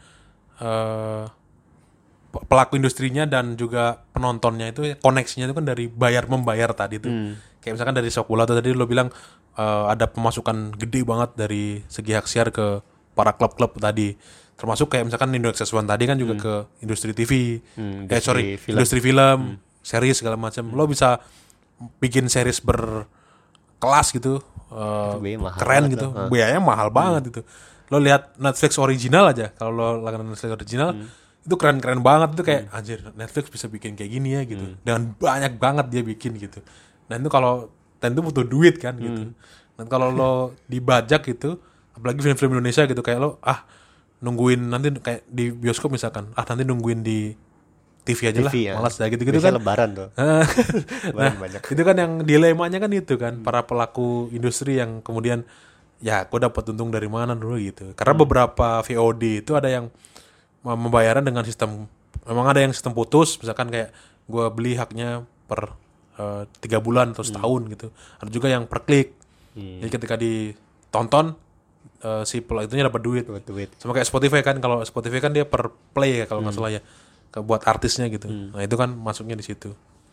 pelaku industrinya dan juga penontonnya itu koneksinya itu kan dari bayar membayar tadi tuh. Kayak misalkan dari sepak bola tadi lo bilang ada pemasukan gede banget dari segi hak siar ke para klub-klub tadi. Termasuk kayak misalkan Indonesia One tadi kan juga ke industri TV, industri film, series segala macam. Lo bisa bikin series berkelas gitu, keren gitu, biayanya mahal banget itu. Lo lihat Netflix original aja, kalau lo langganan Netflix original itu keren-keren banget itu kayak anjir Netflix bisa bikin kayak gini ya gitu, dan banyak banget dia bikin gitu. Nah itu kalau tentu butuh duit kan gitu. Dan kalau lo dibajak gitu, apalagi film-film Indonesia gitu kayak lo nungguin nanti kayak di bioskop misalkan, nanti nungguin di TV aja lah, malas ya gitu-gitu kan. Lebaran tuh. Lebaran banyak. Itu kan yang dilemanya kan itu kan, para pelaku industri yang kemudian ya gue dapat untung dari mana dulu gitu. Karena beberapa VOD itu ada yang membayarnya dengan sistem, memang ada yang sistem putus, misalkan kayak gue beli haknya per 3 bulan atau setahun gitu. Ada juga yang per klik. Jadi ketika ditonton si itunya dapat duit. Sama kayak Spotify kan, kalau Spotify kan dia per play ya kalau nggak salah ya, buat artisnya gitu. Nah itu kan masuknya di situ.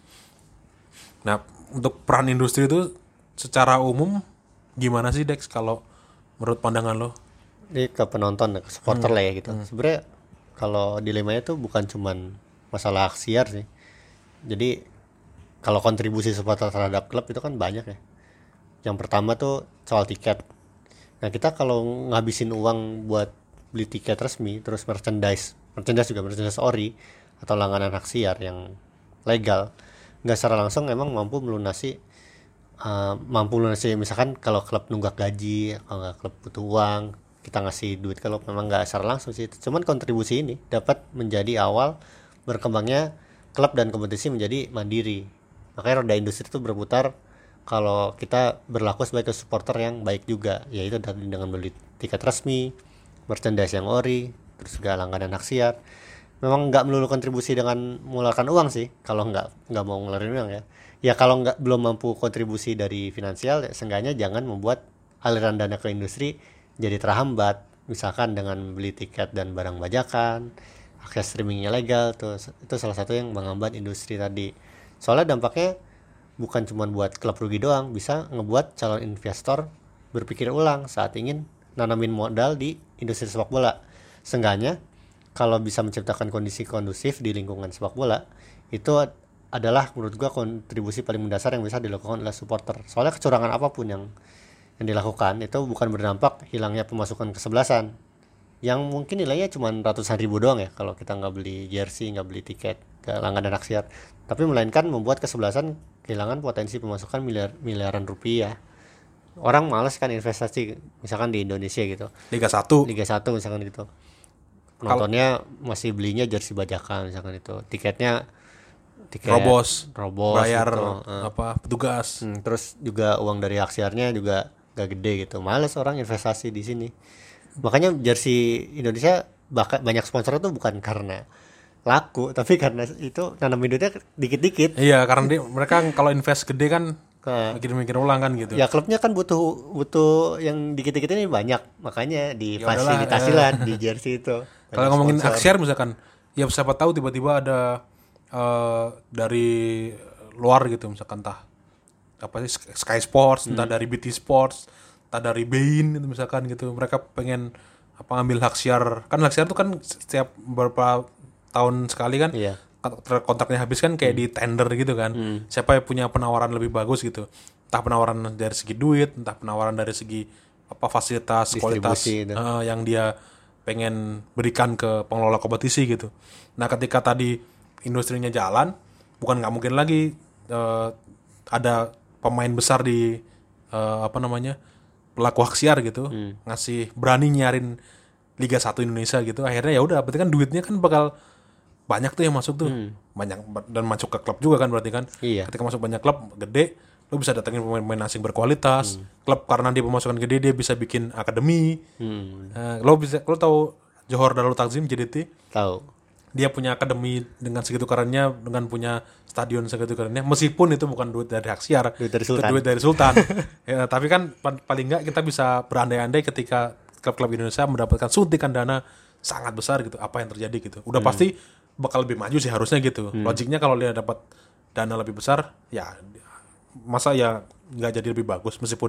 Nah untuk peran industri itu secara umum gimana sih Dex kalau menurut pandangan lo? Ini ke penonton, ke supporter lah ya gitu. Sebenarnya kalau dilemanya tuh bukan cuman masalah hak siar sih. Jadi kalau kontribusi supporter terhadap klub itu kan banyak ya. Yang pertama tuh soal tiket. Nah kita kalau ngabisin uang buat beli tiket resmi, terus merchandise ori atau langganan hak siar yang legal, nggak secara langsung emang mampu melunasi misalkan kalau klub nunggak gaji, kalau nggak klub butuh uang, kita ngasih duit kalau memang nggak secara langsung sih. Cuman kontribusi ini dapat menjadi awal berkembangnya klub dan kompetisi menjadi mandiri. Makanya roda industri itu berputar kalau kita berlaku sebagai supporter yang baik juga, yaitu dengan beli tiket resmi, merchandise yang ori, terus juga langganan hak siar. Memang nggak melulu kontribusi dengan mengeluarkan uang sih, kalau nggak mau ngeluarin uang ya. Ya kalau belum mampu kontribusi dari finansial, ya seenggaknya jangan membuat aliran dana ke industri jadi terhambat. Misalkan dengan beli tiket dan barang bajakan, akses streamingnya legal, tuh itu salah satu yang menghambat industri tadi. Soalnya dampaknya bukan cuma buat klub rugi doang, bisa ngebuat calon investor berpikir ulang saat ingin nanamin modal di industri sepak bola. Seenggaknya kalau bisa menciptakan kondisi kondusif di lingkungan sepak bola, itu adalah menurut gua kontribusi paling mendasar yang bisa dilakukan oleh supporter. Soalnya kecurangan apapun yang dilakukan itu bukan berdampak hilangnya pemasukan kesebelasan, yang mungkin nilainya cuma ratusan ribu doang ya kalau kita nggak beli jersey, nggak beli tiket ke langganan hak siar, tapi melainkan membuat kesebelasan kehilangan potensi pemasukan miliaran rupiah. Orang malas kan investasi misalkan di Indonesia gitu, Liga 1 misalkan gitu, penontonnya masih belinya jersey bajakan misalkan, itu tiket robos bayar gitu. petugas. Terus juga uang dari hak siarnya juga gak gede gitu, males orang investasi di sini. Makanya jersey Indonesia banyak sponsor tuh bukan karena laku, tapi karena itu nanamin duitnya dikit-dikit. Iya, karena mereka kalau invest gede kan mikir-mikir ulang kan gitu. Ya klubnya kan butuh yang dikit-dikit ini banyak, makanya difasilitasi lah di jersey itu. Kalau ngomongin hak siar misalkan, ya siapa tahu tiba-tiba ada dari luar gitu, misalkan Sky Sports, entah dari BT Sports, entah dari Bein gitu misalkan gitu, mereka pengen ngambil hak siar. Kan hak siar itu kan setiap beberapa tahun sekali kan, iya, kontraknya habis kan kayak di tender gitu kan. Siapa yang punya penawaran lebih bagus gitu, entah penawaran dari segi duit, entah penawaran dari segi fasilitas, kualitas yang dia pengen berikan ke pengelola kompetisi gitu. Nah ketika tadi industrinya jalan, bukan nggak mungkin lagi ada pemain besar di pelaku hak siar gitu ngasih berani nyarin Liga 1 Indonesia gitu. Akhirnya ya udah, berarti kan duitnya kan bakal banyak tuh yang masuk tuh, banyak, dan masuk ke klub juga kan berarti kan. Iya. Ketika masuk banyak klub gede, lo bisa datengin pemain-pemain asing berkualitas. Klub karena dia pemasukan gede, dia bisa bikin akademi. Lo tahu Johor Darul Takzim JDT? Tahu. Dia punya akademi dengan segitu kerennya, dengan punya stadion segitu kerennya, meskipun itu bukan duit dari hak siar, duit dari Sultan. Ya, tapi kan paling nggak kita bisa berandai-andai ketika klub-klub Indonesia mendapatkan suntikan dana sangat besar gitu, apa yang terjadi gitu. Udah pasti bakal lebih maju sih harusnya gitu. Logiknya kalau dia dapat dana lebih besar, ya masa ya nggak jadi lebih bagus, meskipun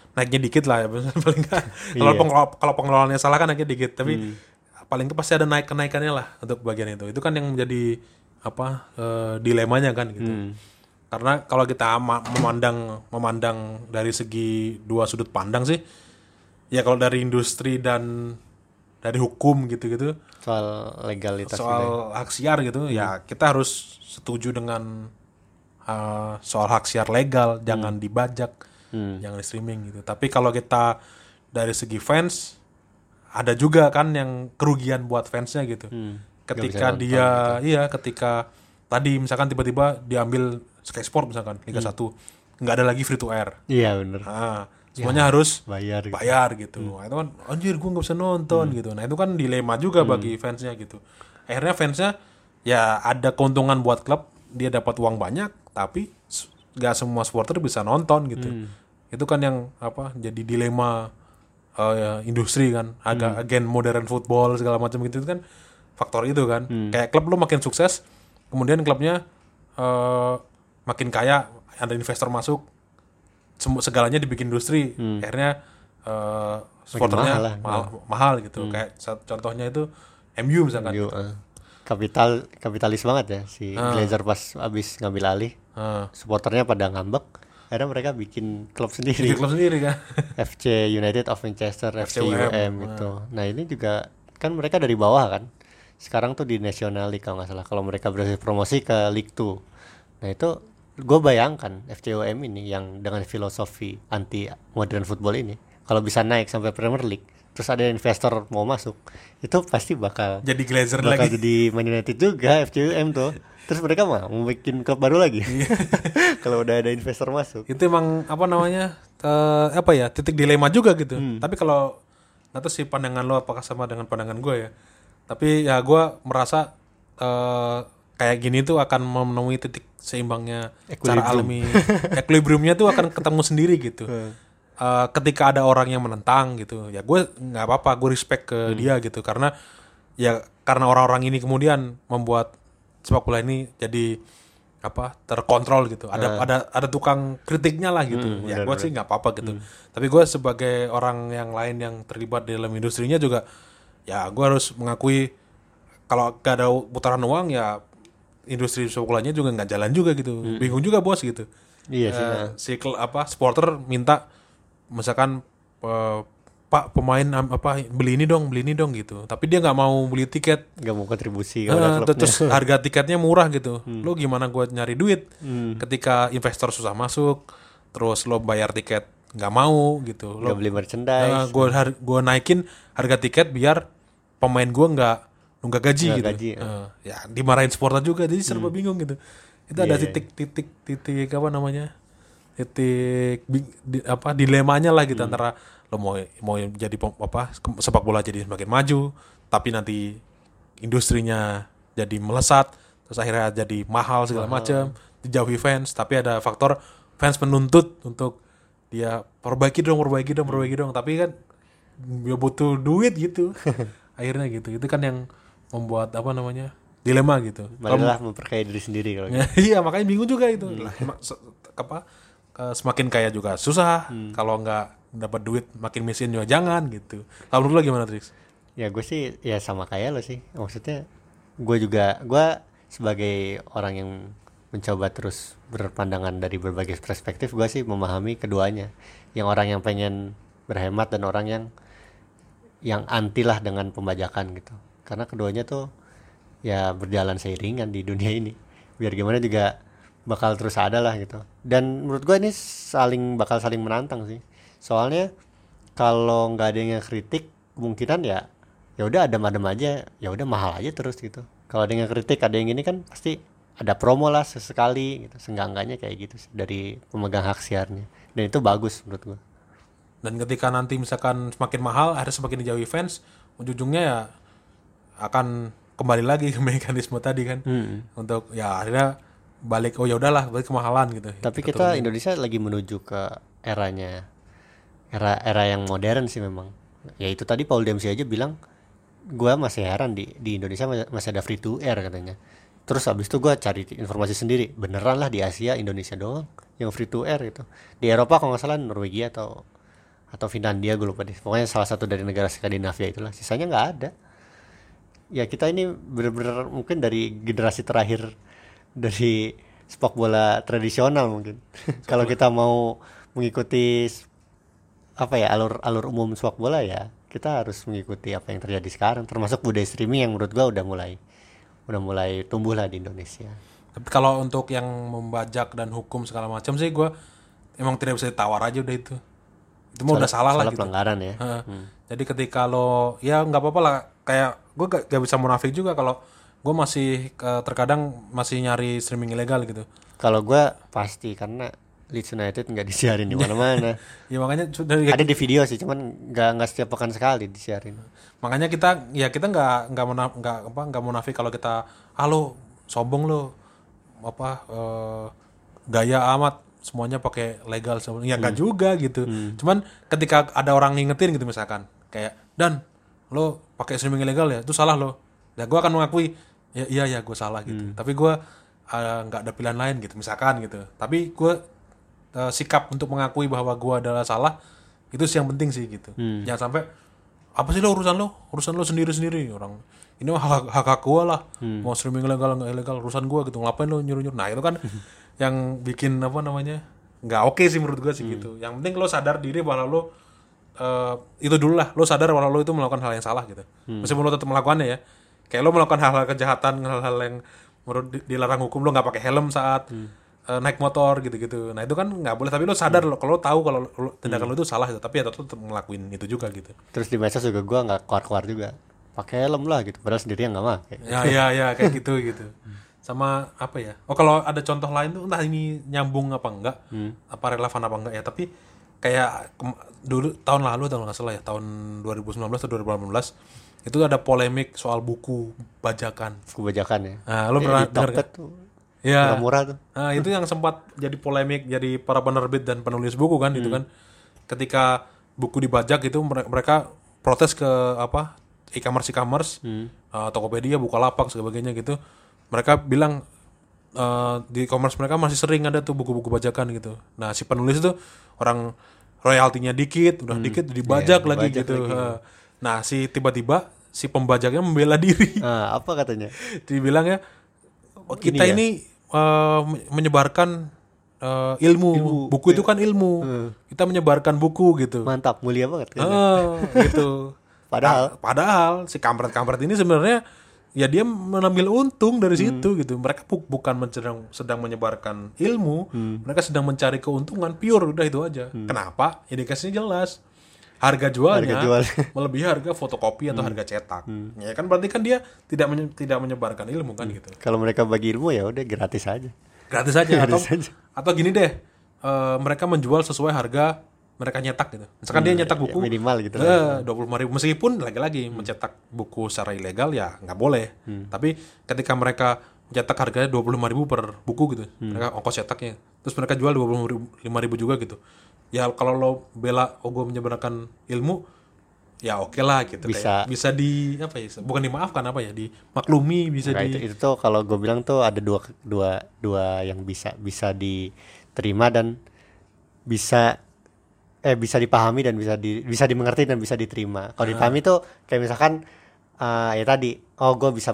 naiknya dikit lah ya paling nggak. Kalau pengelolaannya salah kan naiknya dikit, tapi paling nggak pasti ada kenaikannya lah untuk bagian itu. Itu kan yang menjadi dilemanya kan gitu. Karena kalau kita memandang dari segi dua sudut pandang sih, ya kalau dari industri dan dari hukum gitu-gitu, soal legalitas, soal hak siar gitu, ya kita harus setuju dengan soal hak siar legal, jangan dibajak, jangan di streaming gitu. Tapi kalau kita dari segi fans, ada juga kan yang kerugian buat fansnya gitu. Ketika dia, gitu. Ketika tadi misalkan tiba-tiba diambil Sky Sport misalkan Liga 1, nggak ada lagi free to air. Iya benar. Semuanya harus bayar gitu. Nah, itu kan anjir gue nggak bisa nonton gitu. Nah itu kan dilema juga bagi fansnya gitu. Akhirnya fansnya ya ada keuntungan buat klub, dia dapat uang banyak, tapi nggak semua supporter bisa nonton gitu. Itu kan yang jadi dilema industri kan, agen modern football segala macam gitu kan faktor itu kan. Kayak klub lo makin sukses, kemudian klubnya makin kaya, ada investor masuk, segalanya dibikin industri, akhirnya supporternya mahal gitu. Kayak contohnya itu MU misalkan. MU, kapitalis banget ya si Glazer pas abis ngambil alih, supporternya pada ngambek, akhirnya mereka bikin klub sendiri. Kan. FC United of Manchester, FCUM gitu. Nah ini juga kan mereka dari bawah kan. Sekarang tuh di National League kalau nggak salah. Kalau mereka berhasil promosi ke League 2. Nah itu gue bayangkan FCUM ini yang dengan filosofi anti modern football ini, kalau bisa naik sampai Premier League, terus ada investor mau masuk, itu pasti bakal jadi Glazer bakal lagi. jadi Man United juga FCUM tuh. Terus mereka mau bikin klub baru lagi. Kalau udah ada investor masuk. Itu emang titik dilema juga gitu. Tapi kalau nggak tahu sih pandangan lo apakah sama dengan pandangan gue ya. Tapi ya gue merasa kayak gini tuh akan menemui titik seimbangnya secara alami. Equilibriumnya tuh akan ketemu sendiri gitu. Ketika ada orang yang menentang gitu, ya gue nggak apa-apa, gue respect ke dia gitu. Karena orang-orang ini kemudian membuat sepak bola ini jadi terkontrol gitu. Ada tukang kritiknya lah gitu. Ya gue sih nggak apa-apa gitu. Tapi gue sebagai orang yang lain yang terlibat di dalam industrinya juga, ya gue harus mengakui kalau gak ada putaran uang ya industri sepak bolanya juga nggak jalan juga gitu. Bingung juga bos gitu. Iya sih. Supporter minta misalkan Pak pemain beli ini dong gitu. Tapi dia nggak mau beli tiket, nggak mau kontribusi kepada klubnya. Terus harga tiketnya murah gitu. Lo gimana gue nyari duit ketika investor susah masuk, terus lo bayar tiket nggak mau gitu. Nggak beli merchandise. Gue naikin harga tiket biar pemain gue nggak nunggak gaji gitu. Ya dimarahin supporter juga, jadi serba bingung gitu. Itu ada titik dilemanya lah gitu antara lo mau jadi sepak bola jadi semakin maju, tapi nanti industrinya jadi melesat, terus akhirnya jadi mahal segala macam, dijauhi fans, tapi ada faktor fans menuntut untuk dia perbaiki dong, tapi kan dia butuh duit gitu. Akhirnya gitu. Itu kan yang membuat dilema gitu. Malah memperkaya diri sendiri kalau gitu. Iya, makanya bingung juga itu. Semakin kaya juga susah, kalau nggak dapat duit makin miskin juga jangan gitu. Kalau menurut lo gimana, Trix? Ya gue sih ya sama kayak lo sih. Maksudnya gue sebagai orang yang mencoba terus berpandangan dari berbagai perspektif, gue sih memahami keduanya. Yang orang yang pengen berhemat dan orang yang anti lah dengan pembajakan gitu. Karena keduanya tuh ya berjalan seiringan di dunia ini. Biar gimana juga bakal terus ada lah gitu. Dan menurut gue ini bakal saling menantang sih. Soalnya kalau nggak ada yang kritik, kemungkinan ya udah adem-adem aja, ya udah mahal aja terus gitu. Kalau ada yang kritik, ada yang ini kan pasti ada promo lah sesekali gitu. Seenggak-enggaknya kayak gitu sih dari pemegang hak siarnya. Dan itu bagus menurut gue. Dan ketika nanti misalkan semakin mahal, akhirnya semakin dijauhi fans, ujung-ujungnya ya akan kembali lagi ke mekanisme tadi kan. Untuk ya akhirnya balik balik kemahalan gitu. Tapi kita Indonesia lagi menuju ke era yang modern sih memang. Ya itu tadi Paul Dempsey aja bilang, gue masih heran di Indonesia masih ada free to air katanya. Terus abis itu gue cari informasi sendiri, beneran lah di Asia Indonesia doang yang free to air gitu. Di Eropa kalau nggak salah Norwegia atau atau Finlandia, gue lupa deh. Pokoknya salah satu dari negara Skandinavia itulah. Sisanya nggak ada. Ya kita ini benar-benar mungkin dari generasi terakhir dari sepak bola tradisional mungkin. Kalau kita mau mengikuti apa ya alur umum sepak bola, ya kita harus mengikuti apa yang terjadi sekarang, termasuk budaya streaming yang menurut gua udah mulai tumbuh lah di Indonesia. Tapi kalau untuk yang membajak dan hukum segala macam sih gue emang tidak bisa ditawar aja udah itu mah udah salah lah gitu. Pelanggaran ya. Jadi ketika lo ya nggak apa-apa lah, kayak gue gak bisa munafik juga kalau gue masih terkadang masih nyari streaming ilegal gitu. Kalau gua pasti, karena Leeds United nggak disiarin di mana-mana. Ya makanya Ada di video sih, cuman nggak setiap pekan sekali disiarin. makanya kita nggak munafik kalau kita halo sombong lo apa gaya amat semuanya pakai legal ya nggak juga gitu. Cuman ketika ada orang ngingetin gitu misalkan kayak Dan lo pakai streaming ilegal ya itu salah lo, ya gue akan mengakui ya gue salah gitu. Tapi gue nggak ada pilihan lain gitu misalkan gitu. Tapi gue sikap untuk mengakui bahwa gue adalah salah itu sih yang penting sih gitu. Jangan sampai apa sih urusan lo sendiri orang ini hak gue lah. Mau streaming ilegal nggak ilegal urusan gue gitu, ngapain lo nyuruh. Nah itu kan yang bikin apa namanya nggak oke sih menurut gue sih gitu. Yang penting lo sadar diri bahwa lo itu dulu lah, lo sadar bahwa lo itu melakukan hal yang salah gitu. Meskipun lo tetap melakukannya ya, kayak lo melakukan hal-hal kejahatan, hal-hal yang menurut dilarang hukum, lo nggak pakai helm saat naik motor gitu-gitu. Nah itu kan nggak boleh, tapi lo sadar lo kalau lo tahu kalau tindakan lo itu salah gitu, tapi ya tetap ngelakuin itu juga gitu. Terus di medsos juga gua nggak keluar juga, pakai helm lah gitu, padahal sendiri yang nggak pakai. Ya kayak gitu. Sama apa ya? Oh kalau ada contoh lain tuh entah ini nyambung apa enggak, apa relevan apa enggak ya. Tapi kayak dulu tahun lalu kalau nggak salah ya, tahun 2019 atau 2018 itu ada polemik soal buku bajakan. Buku bajakan ya. Nah, lo pernah dengar nggak? Ya. Murah tuh. Nah, itu yang sempat jadi polemik, jadi para penerbit dan penulis buku kan itu kan. Ketika buku dibajak itu mereka protes ke apa? E-commerce, Tokopedia, Bukalapak sebagainya gitu. Mereka bilang di e-commerce mereka masih sering ada tuh buku-buku bajakan gitu. Nah, si penulis itu orang royaltinya dikit, udah dikit dibajak lagi gitu. Nah, tiba-tiba si pembajaknya membela diri. Apa katanya? Dibilang ya kita ini menyebarkan ilmu. Buku itu kan ilmu. Kita menyebarkan buku gitu. Mantap, mulia banget kan. Gitu. Padahal si kampret-kampret ini sebenarnya ya dia mengambil untung dari situ gitu. Mereka bukan sedang menyebarkan ilmu, mereka sedang mencari keuntungan pure, udah itu aja. Kenapa? Ya dikasihnya jelas. Harga jualnya melebihi harga fotokopi atau harga cetak. Ya kan berarti kan dia tidak menyebarkan ilmu kan gitu. Kalau mereka bagi ilmu ya udah gratis aja. Gratis aja atau gini deh. Mereka menjual sesuai harga mereka nyetak gitu. Misalkan dia nyetak buku minimal gitu. 25.000 meskipun lagi-lagi mencetak buku secara ilegal ya nggak boleh. Tapi ketika mereka mencetak harganya 25.000 per buku gitu. Mereka ongkos cetaknya. Terus mereka jual 25.000 juga gitu. Ya kalau lo bela gue menyebarkan ilmu ya oke lah gitu. Bisa di apa ya, bukan dimaafkan apa ya, dimaklumi bisa itu tuh kalau gue bilang tuh ada dua yang bisa diterima dan bisa dipahami dan bisa dimengerti dan bisa diterima. Kalau dipahami tuh kayak misalkan ya tadi, gue bisa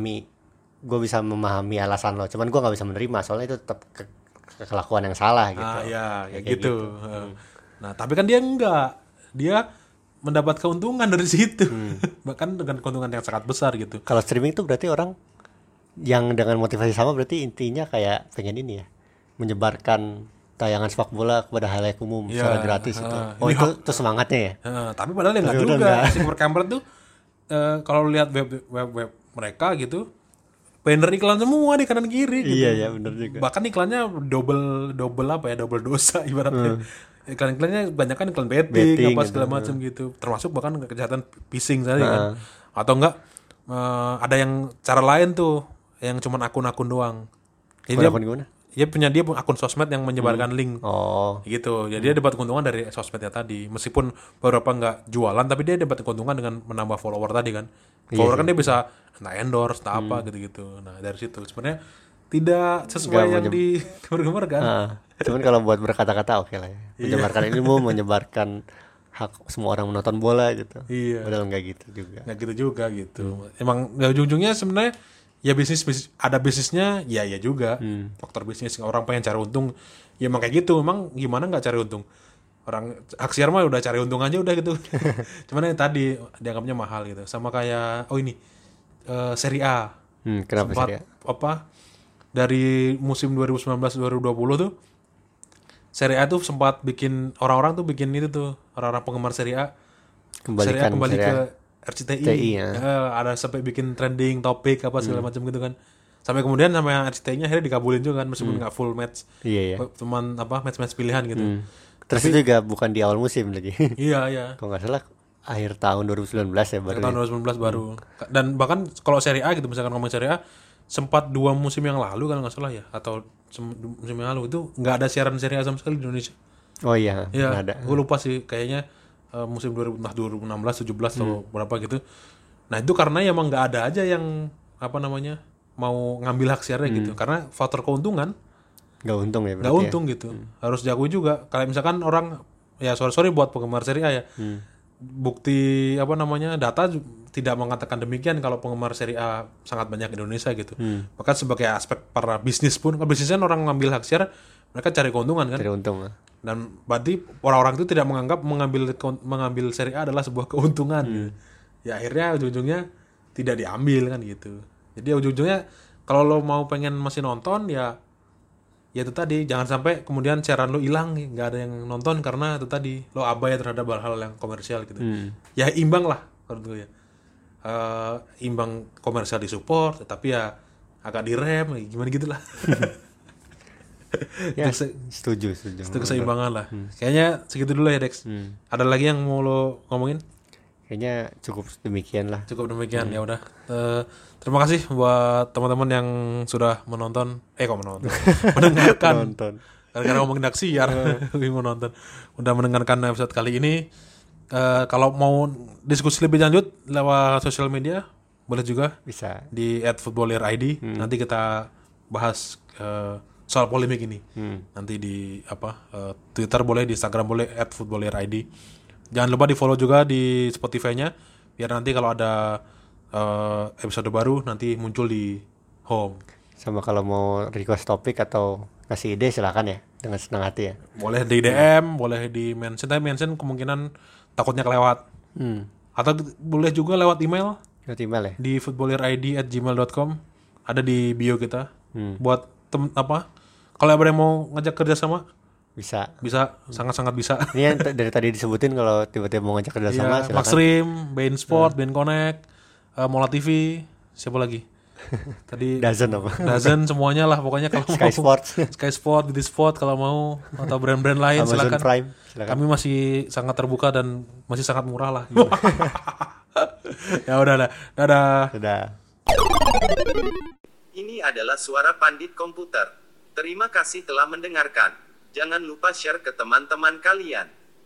memahami alasan lo, cuman gue nggak bisa menerima soalnya itu tetap kelakuan yang salah gitu. Kayak gitu. Nah tapi kan dia enggak, dia mendapat keuntungan dari situ. Bahkan dengan keuntungan yang sangat besar gitu. Kalau streaming itu berarti orang yang dengan motivasi sama, berarti intinya kayak pengen ini ya, menyebarkan tayangan sepak bola kepada halayak umum secara gratis itu. Itu semangatnya ya. Tapi padahal enggak juga. Si kampret tuh kalau lihat web mereka gitu, banner iklan semua di kanan kiri gitu. Iya benar juga. Bahkan iklannya double apa ya, double dosa ibaratnya. Iklan-iklannya banyak kan iklan betting apa segala macam gitu. Termasuk bahkan kejahatan phishing tadi kan. Atau enggak ada yang cara lain tuh yang cuman akun-akun doang. Jadi dia punya akun sosmed yang menyebarkan link. Gitu. Jadi dia dapat keuntungan dari sosmednya tadi. Meskipun beberapa enggak jualan, tapi dia dapat keuntungan dengan menambah follower tadi kan. Follower kan dia bisa entah endorse, entah apa gitu-gitu. Nah dari situ sebenarnya tidak sesuai yang digambar-gambarkan. Cuman kalau buat berkata-kata oke lah ya. Menyebarkan ilmu, menyebarkan hak semua orang menonton bola gitu. Iya. Padahal nggak gitu juga. Nggak gitu juga gitu. Emang ya ujung-ujungnya sebenarnya ya bisnis ada bisnisnya ya juga. Faktor bisnis orang pengen cari untung. Ya emang kayak gitu. Emang gimana nggak cari untung? Orang aksiar mah udah cari untung aja udah gitu. Cuman yang tadi dianggapnya mahal gitu. Sama kayak Serie A. Kenapa Sempat Serie A? apa dari musim 2019-2020 tuh Serie A tuh sempat bikin orang-orang tuh bikin itu tuh orang-orang penggemar Serie A Serie A kembali ke RCTI ya. ada sampai bikin trending topik apa segala macam gitu kan sampai kemudian sama yang RCTI-nya akhirnya dikabulin juga kan meskipun nggak full match Iya. cuman match-match pilihan gitu Terus itu juga bukan di awal musim lagi. iya Kalau nggak salah akhir tahun 2019 ya baru. tahun 2019 baru dan bahkan kalau Serie A gitu misalkan ngomong Serie A sempat 2 musim yang lalu kalau nggak salah ya atau musim yang lalu itu nggak ada siaran Serie A sama sekali di Indonesia. Oh iya, Iya, nggak ada. gue lupa sih kayaknya musim 2016, 17 atau berapa gitu. Nah itu karena ya emang nggak ada aja yang mau ngambil hak siarnya gitu. Karena faktor keuntungan Nggak untung ya nggak untung gitu. Harus diakui juga. Kalau misalkan orang ya sorry buat penggemar Serie A ya. Bukti data tidak mengatakan demikian kalau penggemar Serie A sangat banyak di Indonesia gitu. Bahkan sebagai aspek para bisnis pun, kalau bisnis kan orang ngambil hak siar mereka cari keuntungan kan. Cari untung. Dan berarti orang-orang itu tidak menganggap mengambil Serie A adalah sebuah keuntungan gitu. Ya akhirnya ujung-ujungnya tidak diambil kan gitu. Jadi ujung-ujungnya kalau lo mau pengen masih nonton ya itu tadi jangan sampai kemudian siaran lo hilang nih nggak ada yang nonton karena itu tadi lo abai terhadap hal-hal yang komersial gitu. Ya imbang lah menurut gue ya. Imbang komersial disupport tapi ya agak direm gimana gitulah. Ya, setuju. Itu keseimbangan lah. Kayaknya segitu dulu ya Dex. Ada lagi yang mau lo ngomongin? Kayaknya cukup demikian lah. Cukup demikian ya udah. Terima kasih buat teman-teman yang sudah menonton. Mendengarkan. Karena ngomongin aksiar, menonton. Udah mendengarkan episode kali ini. Kalau mau diskusi lebih lanjut lewat sosial media boleh juga. Bisa. Di @footballerid. Nanti kita bahas soal polemik ini. Nanti di Twitter boleh, di Instagram boleh @footballerid. Jangan lupa di follow juga di Spotify-nya biar nanti kalau ada episode baru nanti muncul di home. Sama kalau mau request topik atau kasih ide silakan ya dengan senang hati ya. Boleh di DM, boleh di mention. Tapi mention kemungkinan takutnya kelewat. Atau boleh juga lewat email. Lewat email ya. Di footballerid@gmail.com ada di bio kita. Buat kalau ada yang mau ngajak kerja sama bisa sangat-sangat bisa. Ini yang dari tadi disebutin kalau tiba-tiba mau ngajak kerja sama silakan. Maxstream, Bein Sport, Bein Connect, Mola TV, siapa lagi? Tadi Dazen semuanya lah pokoknya kalau Sky mau. Sports, Sky Sport, BT Sport kalau mau atau brand-brand lain Amazon silakan. Prime, silakan. Kami masih sangat terbuka dan masih sangat murah lah. Ya udah. Dadah. Ini adalah suara Pandit Komputer. Terima kasih telah mendengarkan. Jangan lupa share ke teman-teman kalian.